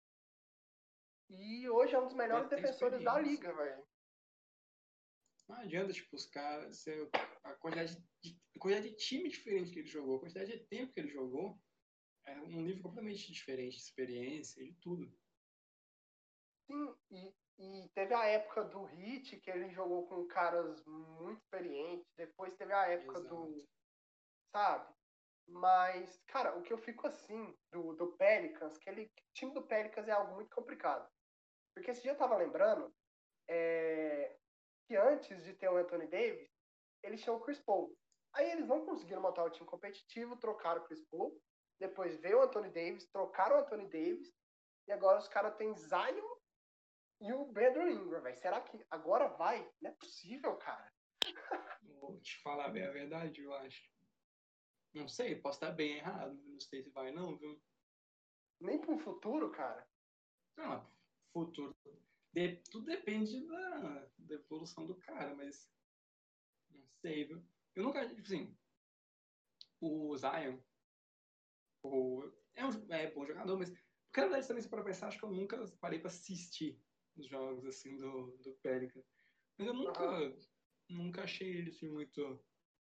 E hoje é um dos melhores Tanto tem defensores da experiência. liga, velho. Não adianta, tipo, os caras. Você- A quantidade de, a quantidade de time diferente que ele jogou, a quantidade de tempo que ele jogou, é um nível completamente diferente de experiência e de tudo. Sim, e, e teve a época do Heat, que ele jogou com caras muito experientes. Depois teve a época Exato. do. Sabe? Mas, cara, o que eu fico assim do, do Pelicans, que ele, o time do Pelicans é algo muito complicado. Porque esse dia eu tava lembrando é, que antes de ter o Anthony Davis, eles tinham o Chris Paul. Aí eles não conseguiram montar o time competitivo, trocaram o Chris Paul. Depois veio o Anthony Davis, trocaram o Anthony Davis. E agora os caras têm Zion e o Brandon Ingram, velho. Será que agora vai? Não é possível, cara. Vou te falar bem a verdade, eu acho. Não sei, posso estar bem errado. Não sei se vai não, viu? Nem para um futuro, cara. Não, futuro. De- tudo depende da, da evolução do cara, mas não sei, viu? Eu nunca, tipo assim, o Zion, o, é um é bom jogador, mas porque na verdade também se para pensar, acho que eu nunca parei para assistir os jogos assim do, do Pelicans. Mas eu nunca, Uhum. nunca achei ele assim muito.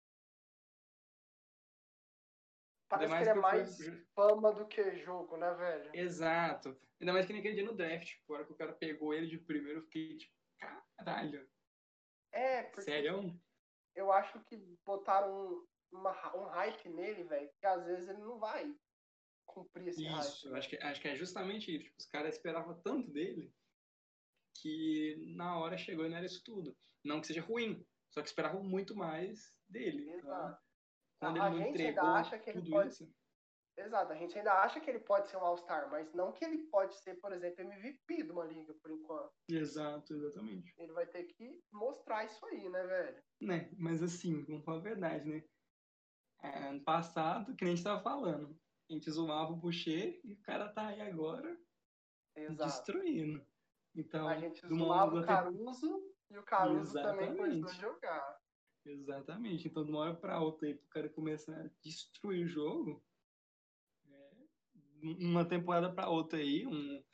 Ainda Parece que mais ele é que eu fui. mais fama do que jogo, né, velho? Exato. Ainda mais que naquele dia no draft, tipo, a hora que o cara pegou ele de primeiro, eu fiquei tipo, caralho, É, porque sério? eu acho que botaram um, uma, um hype nele, velho, que às vezes ele não vai cumprir esse hype, Isso, acho velho. que, acho que é justamente isso. Tipo, os caras esperavam tanto dele que na hora chegou e não era isso tudo. Não que seja ruim, Só que esperavam muito mais dele. Então, Exato. quando A, a ele não gente entregou ainda acha que ele tudo pode. isso... Exato, a gente ainda acha que ele pode ser um All-Star, mas não que ele pode ser, por exemplo, M V P de uma liga, por enquanto. Exato, exatamente. Ele vai ter que mostrar isso aí, né, velho? Né? Mas assim, vamos falar a verdade, né? É, ano passado, que nem a gente tava falando, a gente zoava o Boucher e o cara tá aí agora Exato. destruindo. Então, A gente de uma zoava o hora pra... Caruso e o Caruso também começou a Exatamente. jogar. Exatamente. Então, de uma hora pra outra, aí, pro cara começar a destruir o jogo, é, uma temporada pra outra aí, um,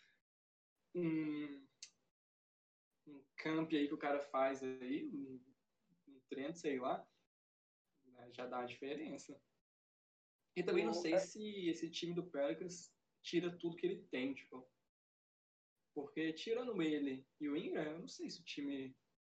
um, um camp aí que o cara faz aí, um, um treino, sei lá, né, já dá a diferença. E também não O- sei é, se esse time do Pelicans tira tudo que ele tem, tipo. Porque tirando ele e o Ingram, eu não sei se o time,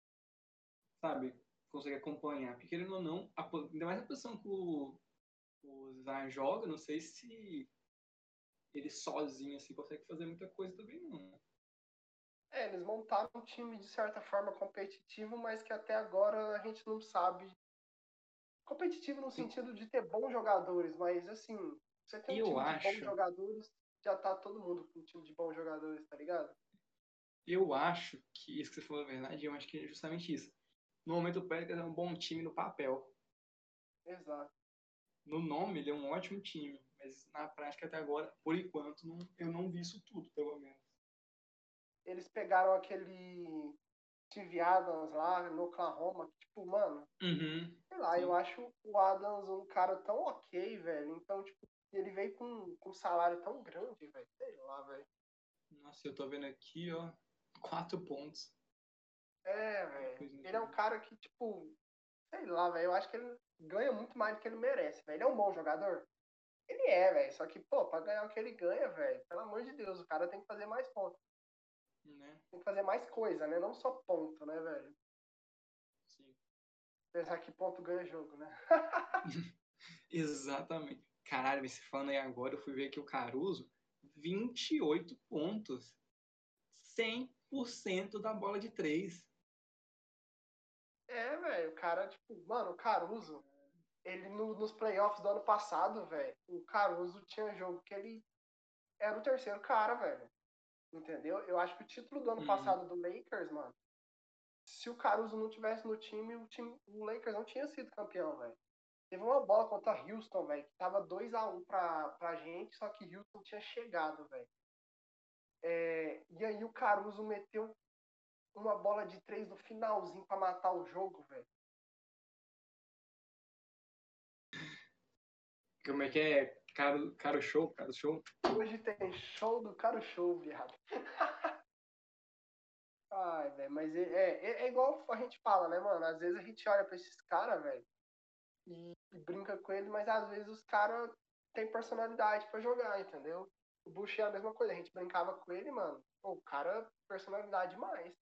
sabe, consegue acompanhar. Porque querendo ou não, a, po- ainda mais a posição que o, o Zion joga, não sei se ele sozinho assim consegue fazer muita coisa também não. é, eles montaram um time de certa forma competitivo, mas que até agora a gente não sabe. Competitivo no sentido de ter bons jogadores, mas assim, você tem E um eu time de bons acho, jogadores, já tá todo mundo com um time de bons jogadores, tá ligado? eu acho que isso que você falou é verdade, eu acho que é justamente isso. No momento o Pelicans é um bom time no papel. Exato. No nome ele é um ótimo time, mas na prática até agora, por enquanto, não, eu não vi isso tudo, pelo menos. Eles pegaram aquele Steve Adams lá no Oklahoma, que, tipo, mano, Uhum, sei lá, eu sim. acho o Adams um cara tão ok, velho. Então, tipo, ele veio com, com um salário tão grande, velho. Sei lá, velho. Nossa, eu tô vendo aqui, ó, quatro pontos. É, velho. Coisa Ele é um incrível. cara que, tipo, sei lá, velho. Eu acho que ele ganha muito mais do que ele merece, velho. Ele é um bom jogador? Ele é, velho. Só que, pô, pra ganhar o que ele ganha, velho, pelo amor de Deus, o cara tem que fazer mais pontos. Né? Tem que fazer mais coisa, né? Não só ponto, né, velho? Sim. Pensar que ponto ganha jogo, né? Exatamente. Caralho, você falando aí agora, eu fui ver aqui o Caruso, vinte e oito pontos. cem por cento da bola de três. É, velho. O cara, tipo, mano, o Caruso, ele no- nos playoffs do ano passado, velho, o Caruso tinha jogo que ele era o terceiro cara, velho. Entendeu? Eu acho que o título do ano Uhum. passado do Lakers, mano, se o Caruso não tivesse no time, o, time, o Lakers não tinha sido campeão, velho. Teve uma bola contra Houston, velho, que tava dois a um pra, pra gente, só que Houston tinha chegado, velho. É, e aí o Caruso meteu uma bola de três no finalzinho pra matar o jogo, velho. Como é que é? Caro, caro show, caro show. Hoje tem show do Caro Show, viado. Ai, velho, mas é, é, é igual a gente fala, né, mano? Às vezes a gente olha pra esses caras, velho, e, e brinca com eles, mas às vezes os caras têm personalidade pra jogar, entendeu? O Bush é a mesma coisa, a gente brincava com ele, mano. Pô, o cara, personalidade demais.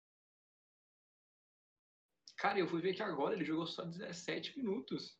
Cara, eu fui ver que agora ele jogou só dezessete minutos.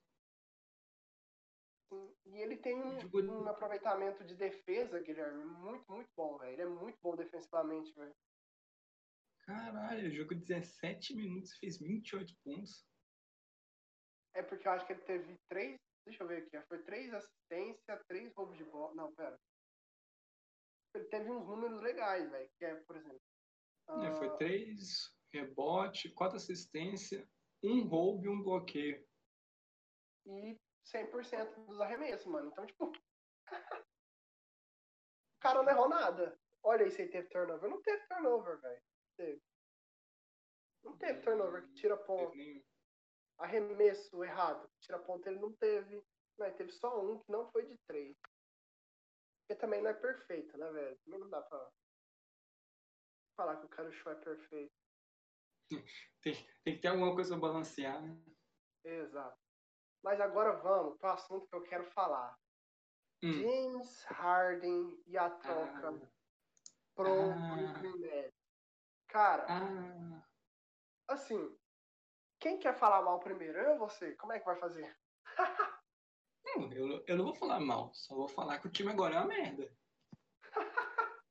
E ele tem um, Jogou... um aproveitamento de defesa, Guilherme, muito, muito bom, velho. Ele é muito bom defensivamente, velho. Caralho, ele jogou dezessete minutos e fez vinte e oito pontos. É porque eu acho que ele teve três. Deixa eu ver aqui. Foi três assistências, três roubos de bola. Não, pera. Ele teve uns números legais, velho. Que é, por exemplo. É, foi Uh, três rebote, quatro assistência, um roubo e um bloqueio. e cem por cento dos arremessos, mano. Então, tipo. O cara não errou nada. Olha aí se ele teve turnover. Não teve turnover, velho. Teve. Não teve turnover que tira Não teve ponto. nenhum. Arremesso errado. Tira ponto ele não teve. Não, teve só um que não foi de três. Porque também não é perfeito, né, velho? Também não dá pra falar que o cara show é perfeito. Tem, tem que ter alguma coisa pra balancear, né? Exato. Mas agora vamos para o assunto que eu quero falar. Hum. James Harden e a troca Ah, pro ah, Brooklyn Nets. Cara, ah. assim, quem quer falar mal primeiro? Eu ou você? Como é que vai fazer? Não, eu, eu não vou falar mal, só vou falar que o time agora é uma merda.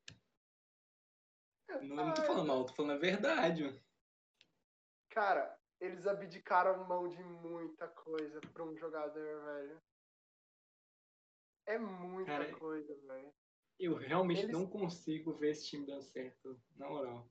Não, eu não tô Ai, falando mal, tô falando a verdade, mano. cara, eles abdicaram mão de muita coisa pra um jogador, velho. É muita Cara, coisa, velho. eu realmente Eles- não consigo ver esse time dando certo, na moral.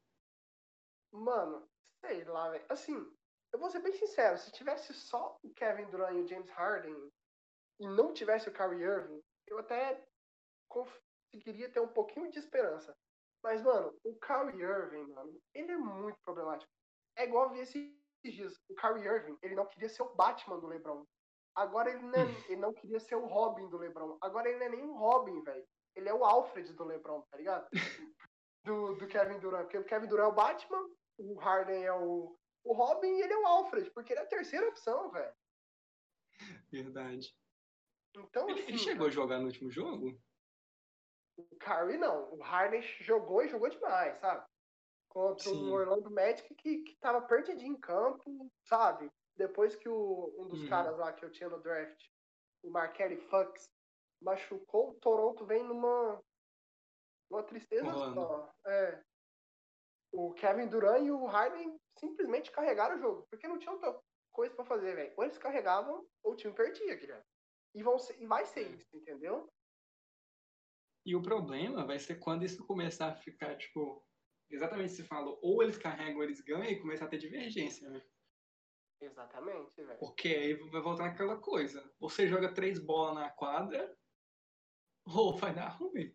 Mano, sei lá, velho. Assim, eu vou ser bem sincero, se tivesse só o Kevin Durant e o James Harden e não tivesse o Kyrie Irving, eu até conseguiria ter um pouquinho de esperança. Mas, mano, o Kyrie Irving, mano, ele é muito problemático. É igual eu vi esses dias. O Kyrie Irving, ele não queria ser o Batman do LeBron. Agora ele não, é- ele não queria ser o Robin do LeBron. Agora ele não é nem um Robin, velho. Ele é o Alfred do LeBron, tá ligado? Do, do Kevin Durant. Porque o Kevin Durant é o Batman, o Harden é o, o Robin e ele é o Alfred, porque ele é a terceira opção, velho. Verdade. Então, Ele, assim, ele chegou a jogar no último jogo? o Kyrie não. O Harden jogou e jogou demais, sabe? Contra um Sim. Orlando Magic que, que tava perdidinho em campo, sabe? Depois que o, um dos Uhum. caras lá que eu tinha no draft, o Markelly Fox, machucou, o Toronto vem numa, numa tristeza Orlando. só. É. O Kevin Durant e o Harden simplesmente carregaram o jogo, porque não tinha outra coisa pra fazer, velho. Ou eles carregavam, ou o time perdia, Guilherme. E, vão ser, e vai ser É. isso, entendeu? E o problema vai ser quando isso começar a ficar, tipo, exatamente o que você falou, ou eles carregam ou eles ganham e começar a ter divergência, né? Exatamente, velho. Porque aí vai voltar naquela coisa. Ou você joga três bolas na quadra, ou vai dar ruim.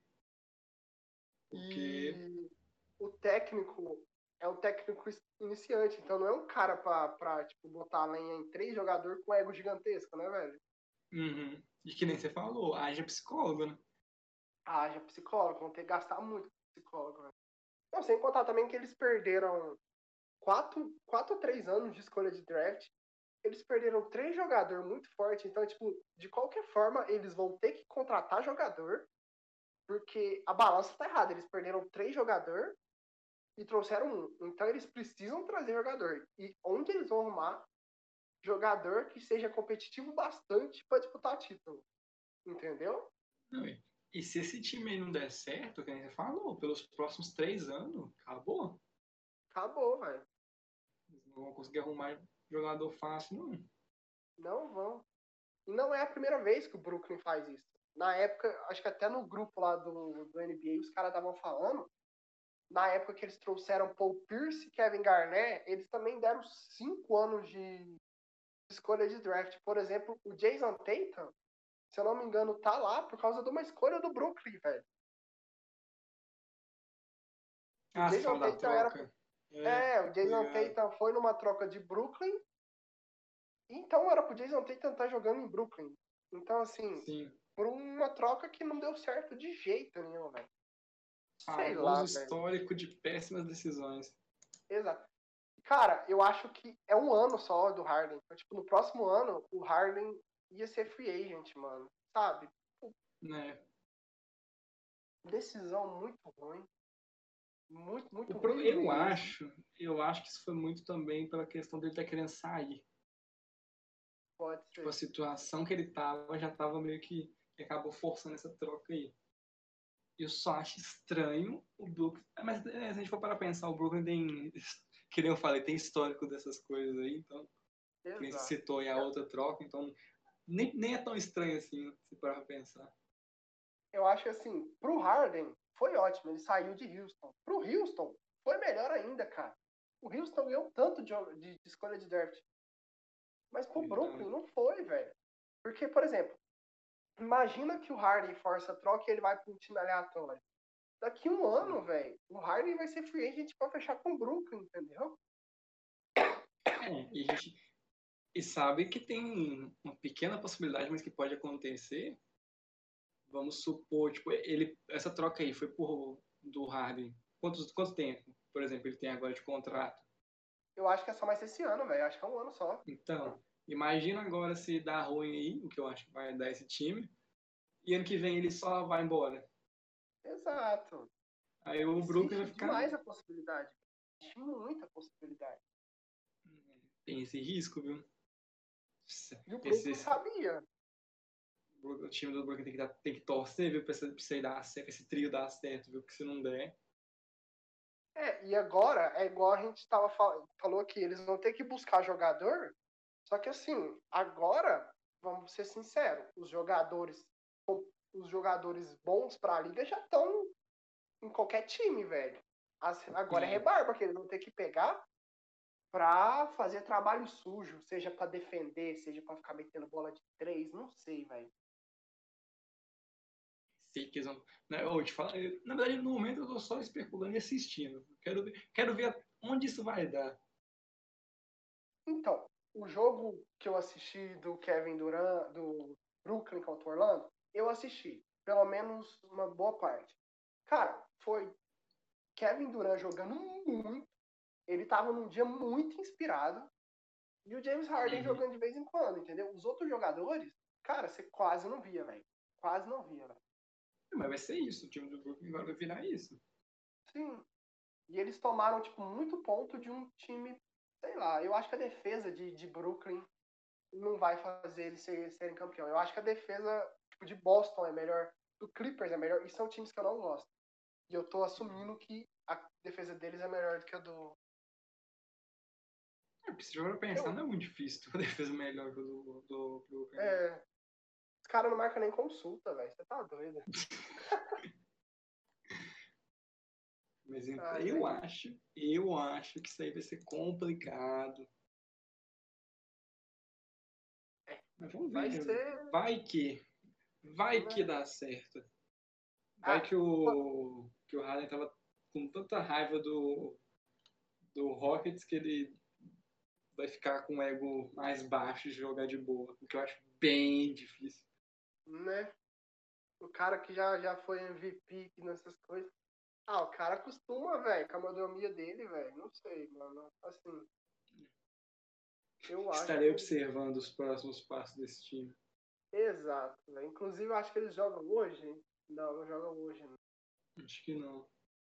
Porque. E o técnico é um técnico iniciante, então não é um cara pra, pra tipo, botar a lenha em três jogadores com ego gigantesco, né, velho? Uhum. E que nem você falou, haja psicólogo, né? Haja psicólogo, vão ter que gastar muito com psicólogo, velho. Não, sem contar também que eles perderam quatro, quatro ou três anos de escolha de draft. Eles perderam três jogadores muito fortes, então, tipo, de qualquer forma, eles vão ter que contratar jogador, porque a balança tá errada. Eles perderam três jogadores e trouxeram um. Então eles precisam trazer jogador. E onde eles vão arrumar jogador que seja competitivo bastante para disputar título? Entendeu? Não, e- E se esse time aí não der certo, que nem você falou, pelos próximos três anos, acabou. Acabou, velho. Eles não vão conseguir arrumar jogador fácil, não. Não vão. E não é a primeira vez que o Brooklyn faz isso. Na época, acho que até no grupo lá do, do N B A, os caras estavam falando. Na época que eles trouxeram Paul Pierce e Kevin Garnett, eles também deram cinco anos de escolha de draft. Por exemplo, o Jason Tatum, se eu não me engano, tá lá por causa de uma escolha do Brooklyn, velho. O Ah, você Jason fala da Tatum era. troca. É, o Jason ligado. Tatum foi numa troca de Brooklyn. Então era pro Jason Tatum estar jogando em Brooklyn. Então, assim, Sim. por uma troca que não deu certo de jeito nenhum, velho. Sei lá, Famoso velho. histórico de péssimas decisões. Exato. Cara, eu acho que é um ano só do Harden. Então, tipo, no próximo ano, o Harden ia ser free agent, mano. Sabe? Né? Decisão muito ruim. Muito, muito O pro... ruim Eu mesmo. acho, eu acho que isso foi muito também pela questão dele estar querendo sair. Pode Tipo, a ser. situação que ele tava já tava meio que que acabou forçando essa troca aí. Eu só acho estranho o Brooklyn. Mas é, se a gente for para pensar, o Brooklyn tem, que nem eu falei, tem histórico dessas coisas aí, então, que nem você Exato. citou aí a outra troca, então nem, nem é tão estranho assim, se parar pra pensar. Eu acho que, assim, pro Harden, foi ótimo. Ele saiu de Houston. Pro Houston, foi melhor ainda, cara. O Houston ganhou tanto de, de, de escolha de draft. Mas pro Brooklyn não foi, velho. Porque, por exemplo, imagina que o Harden força a troca e ele vai para um time aleatório. Daqui um ano, velho, o Harden vai ser free agent pra fechar com o Brooklyn, entendeu? É, e a gente e sabe que tem uma pequena possibilidade, mas que pode acontecer. Vamos supor, tipo, ele, essa troca aí foi por do Harden. Quantos, quanto tempo, por exemplo, ele tem agora de contrato? Eu acho que é só mais esse ano, velho. Acho que é um ano só. Então, imagina agora se dá ruim aí, o que eu acho que vai dar esse time, e ano que vem ele só vai embora. Exato. Aí o Brooklyn vai Existe ficar. demais a possibilidade. Existe muita possibilidade. Tem esse risco, viu? E o Brooklyn Esse, sabia. o time do Brooklyn tem que, dar, tem que torcer, viu, pra isso aí dar certo, esse trio dar certo, viu? Porque se não der. É, e agora é igual a gente tava fal- falou aqui, eles vão ter que buscar jogador, só que assim, agora, vamos ser sinceros, os jogadores, os jogadores bons pra liga já estão em qualquer time, velho. As- agora é Sim. rebarba que eles vão ter que pegar pra fazer trabalho sujo, seja pra defender, seja pra ficar metendo bola de três, não sei, velho. Sei que eles vão. Né, eu te falo, eu- na verdade, no momento eu tô só especulando e assistindo. Quero ver, quero ver onde isso vai dar. Então, o jogo que eu assisti do Kevin Durant, do Brooklyn contra Orlando, eu assisti. Pelo menos uma boa parte. Cara, foi Kevin Durant jogando muito. Ele tava num dia muito inspirado. E o James Harden Uhum. jogando de vez em quando, entendeu? Os outros jogadores, cara, você quase não via, velho. Quase não via, velho. Mas vai ser isso. O time do Brooklyn agora vai virar isso. Sim. E eles tomaram, tipo, muito ponto de um time, sei lá, eu acho que a defesa de, de Brooklyn não vai fazer eles ser, serem campeão. Eu acho que a defesa tipo, de Boston é melhor, do Clippers é melhor, e são times que eu não gosto. E eu tô assumindo que a defesa deles é melhor do que a do. É, porque se for pensar, Eu, não é muito difícil ter uma defesa melhor que a do, do Brooklyn. é, os caras não marcam nem consulta, velho. Você tá doido. Mas então, Ai, eu velho. acho, eu acho que isso aí vai ser complicado. Mas vamos Vai ver. ser. Vai que. Vai que Né? dá certo. Vai Ah, que o, que o Harden tava com tanta raiva do, do Rockets que ele vai ficar com o ego mais baixo de jogar de boa. O que eu acho bem difícil. né? O cara que já, já foi M V P nessas coisas. Ah, o cara costuma, velho, com a mordomia dele, velho. Não sei, mano. Assim, eu Estarei acho. observando os próximos passos desse time. Exato, né? Inclusive, eu acho que eles jogam hoje. Não, não jogam hoje. Não. Acho que não.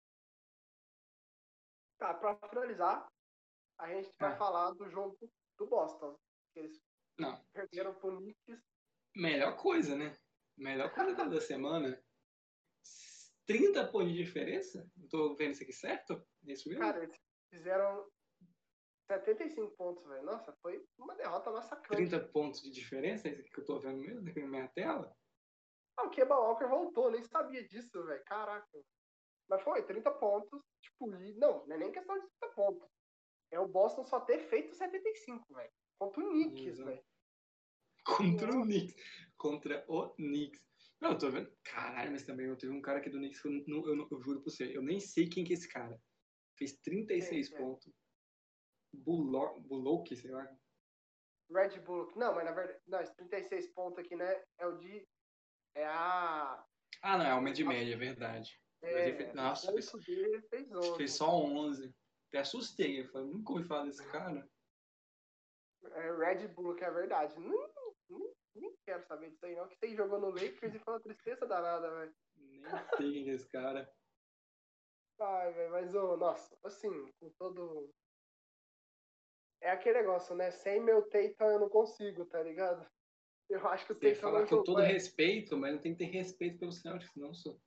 Tá, pra finalizar, a gente vai Ah, falar do jogo do Boston. Que eles não. perderam pro Knicks. Melhor coisa, né? Melhor coisa da, da semana. trinta pontos de diferença? Eu tô vendo isso aqui certo? É isso mesmo? Cara, eles fizeram setenta e cinco pontos, velho. Nossa, foi uma derrota massacrante. trinta pontos de diferença? É isso aqui que eu tô vendo mesmo aqui na minha tela? Ah, o Kemba Walker voltou, nem sabia disso, velho. Caraca. Mas foi, trinta pontos. Tipo, e, não, não é nem questão de trinta pontos. É o Boston só ter feito setenta e cinco, velho. Contra o Knicks, Exato. velho. Contra o Nossa. Knicks. Contra o Knicks. Não, eu tô vendo. Caralho, mas também eu teve um cara aqui do Knicks que eu, não, eu, não- eu juro pra você, eu nem sei quem que é esse cara. Fez trinta e Quem seis que é? pontos. Bullock, Bullock, sei lá. Red Bull. Não, mas na verdade, não, esse trinta e seis pontos aqui, né? É o de. É a. Ah, não, é aumento de média, é verdade. Mas ele fez, É, o nossa, fez, ponto dele fez fez onze. só onze. Até assustei. Eu falei, nunca ouvi falar desse cara. É Red Bull, que é verdade. Nem, nem, nem quero saber disso aí, não. Que você jogou no Lakers e foi uma tristeza danada, velho. Nem sei quem é esse cara. Ai, velho, mas, ô, nossa, assim, com todo. É aquele negócio, né? Sem meu Tatum eu não consigo, tá ligado? Eu acho que o Você ia Tatum falar não com jogou. todo É, respeito, mas não tem que ter respeito pelo Celtics, não, sou.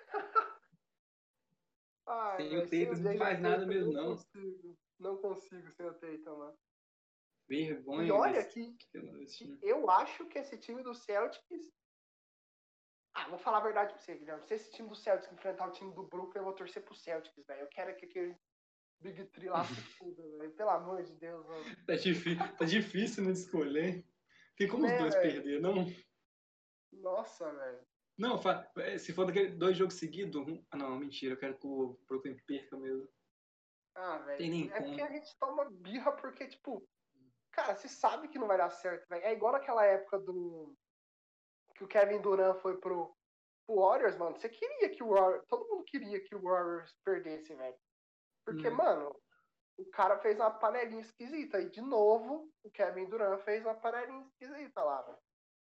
ai, Sem o velho, sem o Tatum não Jason faz nada Tatum eu mesmo, não não. consigo. Não consigo sem o Tatum, mano. E Vergonha olha desse, que, desse que time. eu acho que esse time do Celtics. Ah, vou falar a verdade pra você, Guilherme. Se esse time do Celtics enfrentar o time do Brooklyn, eu vou torcer pro Celtics, velho. Eu quero que aquele Big Three lá se fuda, velho. Pelo amor de Deus, mano. Tá, difí- tá difícil não escolher. Tem como os Né, dois velho? perder, não? Nossa, velho. Não, fa- se for daquele dois jogos seguidos. um- Ah, não, mentira, eu quero que o Brooklyn perca mesmo. Ah, Tem velho. nem É porque a como. gente toma birra porque, tipo, cara, você sabe que não vai dar certo, velho. É igual naquela época do. Que o Kevin Durant foi pro, pro Warriors, mano. Você queria que o Warriors. Todo mundo queria que o Warriors perdesse, velho. Porque, Né? mano, o cara fez uma panelinha esquisita. E, de novo, o Kevin Durant fez uma panelinha esquisita lá, velho.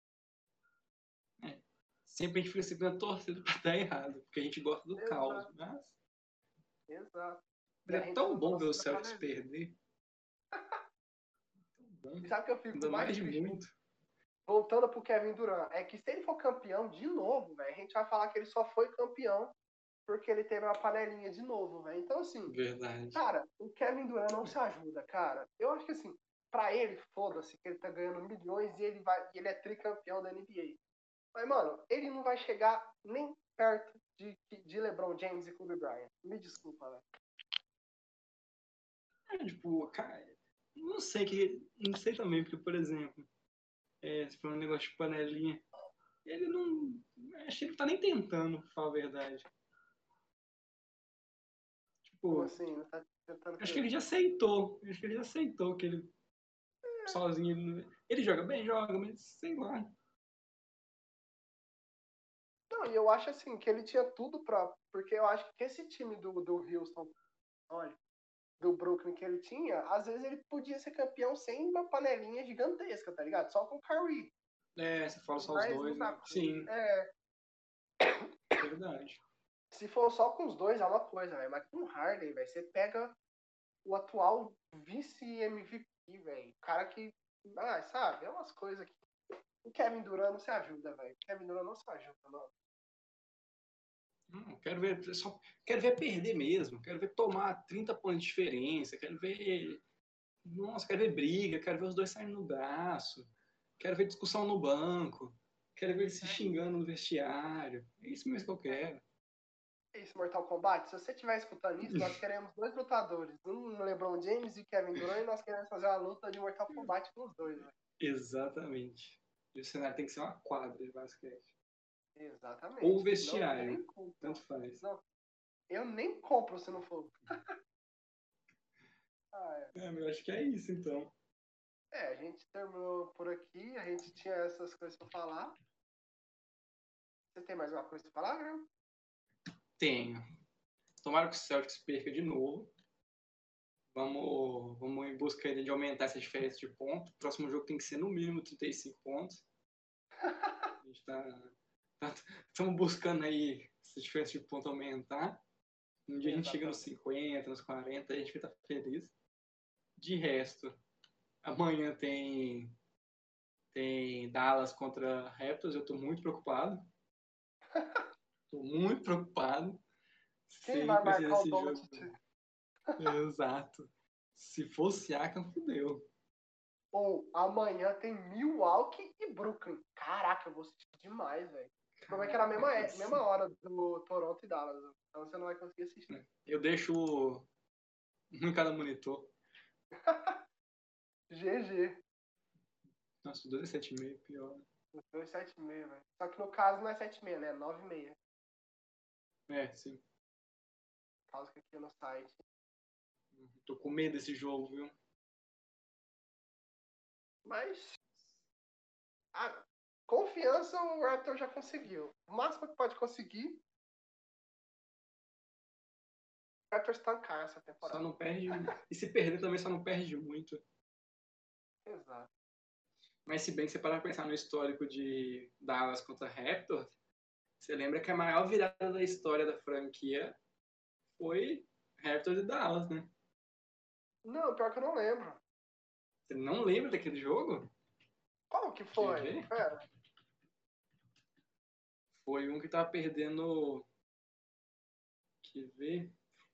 É. Sempre a gente fica sempre na torcida pra dar errado, porque a gente gosta do caos. Exato, Mas, exato. E mas a é gente tão não bom ver gosta o da Celtics panelinha. perder. Tão bom. E sabe o que eu fico Ainda mais mais de triste? muito. Voltando pro Kevin Durant, é que se ele for campeão de novo, velho, a gente vai falar que ele só foi campeão porque ele teve uma panelinha de novo, velho. Então, assim, Verdade. cara, o Kevin Durant não se ajuda, cara. Eu acho que, assim, pra ele, foda-se, que ele tá ganhando milhões e ele, vai, e ele é tricampeão da N B A. Mas, mano, ele não vai chegar nem perto de, de LeBron James e Kobe Bryant. Me desculpa, velho. É, tipo, cara, não sei que. Não sei também, porque, por exemplo, é, se for um negócio de panelinha, ele não. Acho que ele não tá nem tentando, pra falar a verdade. Como Tipo, assim? Não tá tentando acho que... que ele já aceitou. Acho que ele já aceitou que ele. Sozinho. Ele, não- ele joga bem, joga, mas sei lá. Não, e eu acho, assim, que ele tinha tudo pra... Porque eu acho que esse time do, do Houston, olha, do Brooklyn que ele tinha, às vezes ele podia ser campeão sem uma panelinha gigantesca, tá ligado? Só com o Kyrie. É, você fala só os Mas dois, muita né? coisa. Sim, É, verdade. se for só com os dois é uma coisa, velho. Mas com o Harden, velho, você pega o atual vice-M V P, velho. O cara que. Ah, sabe? É umas coisas que. O Kevin Durant não se ajuda, velho. O Kevin Durant não se ajuda, não. Não, quero ver. Só, quero ver perder mesmo. Quero ver tomar trinta pontos de diferença. Quero ver. Nossa, quero ver briga. Quero ver os dois saindo no braço. Quero ver discussão no banco. Quero ver eles se xingando no vestiário. É isso mesmo que eu quero. É isso, Mortal Kombat. Se você estiver escutando isso, nós queremos dois lutadores. Um LeBron James e Kevin Durant. E nós queremos fazer uma luta de Mortal Kombat com os dois, velho. Exatamente. E o cenário tem que ser uma quadra de basquete. Exatamente. Ou Não, vestiário. nem compro. Tanto faz. Não, eu nem compro se não for. Ah, é. É, eu acho que é isso, então. É, a gente terminou por aqui, a gente tinha essas coisas pra falar. Você tem mais uma coisa pra falar, Graham? Tenho. Tomara que o Celtics perca de novo. Vamos, vamos em busca de aumentar essa diferença de pontos. O próximo jogo tem que ser no mínimo trinta e cinco pontos. A gente tá, tá, estamos buscando aí essa diferença de ponto aumentar. Um dia a gente chega nos cinquenta, nos quarenta, a gente vai estar feliz. De resto, amanhã tem, tem Dallas contra Raptors. Eu estou muito preocupado. Estou muito preocupado. Quem Sei vai que vai ser marcar o esse jogo. Doncic? Exato. Se fosse Siakam, fudeu. Ou amanhã tem Milwaukee e Brooklyn. Caraca, eu vou assistir demais, velho. O problema é que era a mesma, é, mesma hora do Toronto e Dallas. Então você não vai conseguir assistir. Eu deixo um em cada monitor. G G. Nossa, dois é sete e meio, pior. dois sete e meio, velho. Só que no caso não é sete e meio, né? É nove e meia. É, sim. Por causa que aqui no site. Tô com medo desse jogo, viu? Mas. A confiança o Raptor já conseguiu. O máximo que pode conseguir. O Raptor estancar essa temporada. Só não perde. E se perder também só não perde muito. Exato. Mas se bem que você parar pra pensar no histórico de Dallas contra Raptors, você lembra que a maior virada da história da franquia foi Raptors e Dallas, né? Não, pior que eu não lembro. Você não lembra daquele jogo? Qual que Quer foi? ver? Pera. Foi um que tava perdendo. Quer ver?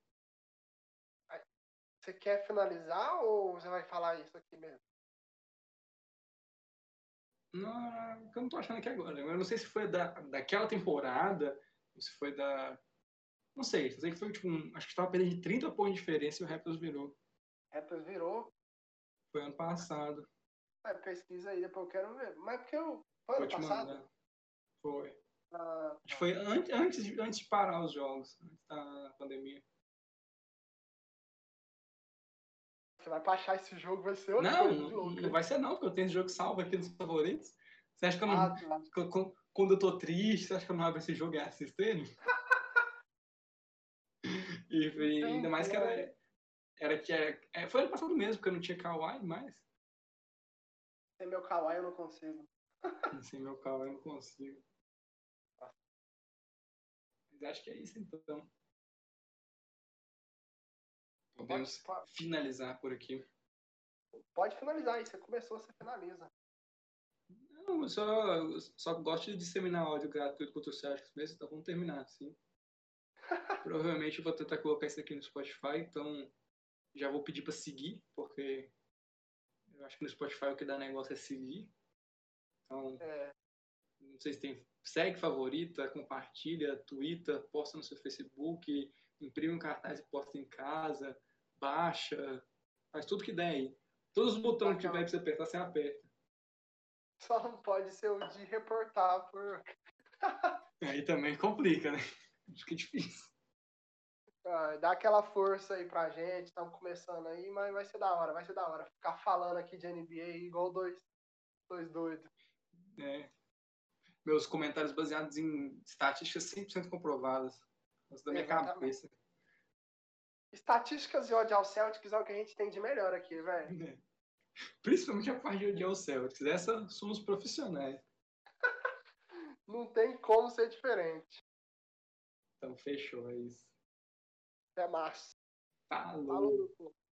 Você quer finalizar ou você vai falar isso aqui mesmo? Não, eu não tô achando aqui agora. Eu não sei se foi da, daquela temporada, ou se foi da. Não sei, só sei que foi tipo um. Acho que estava perdendo de trinta pontos de diferença e o Raptors virou. Raptors virou. Foi ano passado. É, pesquisa aí, depois eu quero ver. Mas porque eu. Foi Vou ano te passado? mandar. Foi. Ah, Acho que foi an antes, de, antes de parar os jogos, antes da pandemia. você vai pra achar esse jogo, vai ser outra Não, coisa de não, louco. não vai ser não, porque eu tenho esse jogo salvo aqui nos favoritos. Você acha que eu não. Ah, tá. que eu- quando eu tô triste, você acha que eu não abro esse jogo e assisto ele? E, e ainda mais que era. Era que era, é, foi ano passado mesmo, porque eu não tinha Kawhi mais. Sem meu kawaii eu não consigo. Sem meu Kawhi eu não consigo. Mas acho que é isso então. Podemos Pode, pode, finalizar por aqui. pode finalizar aí. Você começou, você finaliza. Não, eu só, eu só gosto de disseminar áudio gratuito contra o Celtics mesmo, então vamos terminar assim. Provavelmente eu vou tentar colocar isso aqui no Spotify, então já vou pedir para seguir, porque eu acho que no Spotify o que dá negócio é seguir. Então, É. não sei se tem... Segue, favorita, compartilha, twitta, posta no seu Facebook, imprime um cartaz e posta em casa, baixa, faz tudo que der aí. Todos os botões que tiver pra você apertar, você aperta. Só não pode ser o de reportar por... Aí também complica, né? Acho que é difícil. Ah, dá aquela força aí pra gente, estamos começando aí, mas vai ser da hora, vai ser da hora. Ficar falando aqui de N B A igual dois, dois doidos. É. Meus comentários baseados em estatísticas cem por cento comprovadas. As da minha Exatamente. cabeça. Estatísticas de ódio ao Celtics é o que a gente tem de melhor aqui, velho. É. Principalmente a parte de odiar o Celtics. Essa somos profissionais. Não tem como ser diferente. Então fechou, é isso. É massa. Falou. Falou, pô.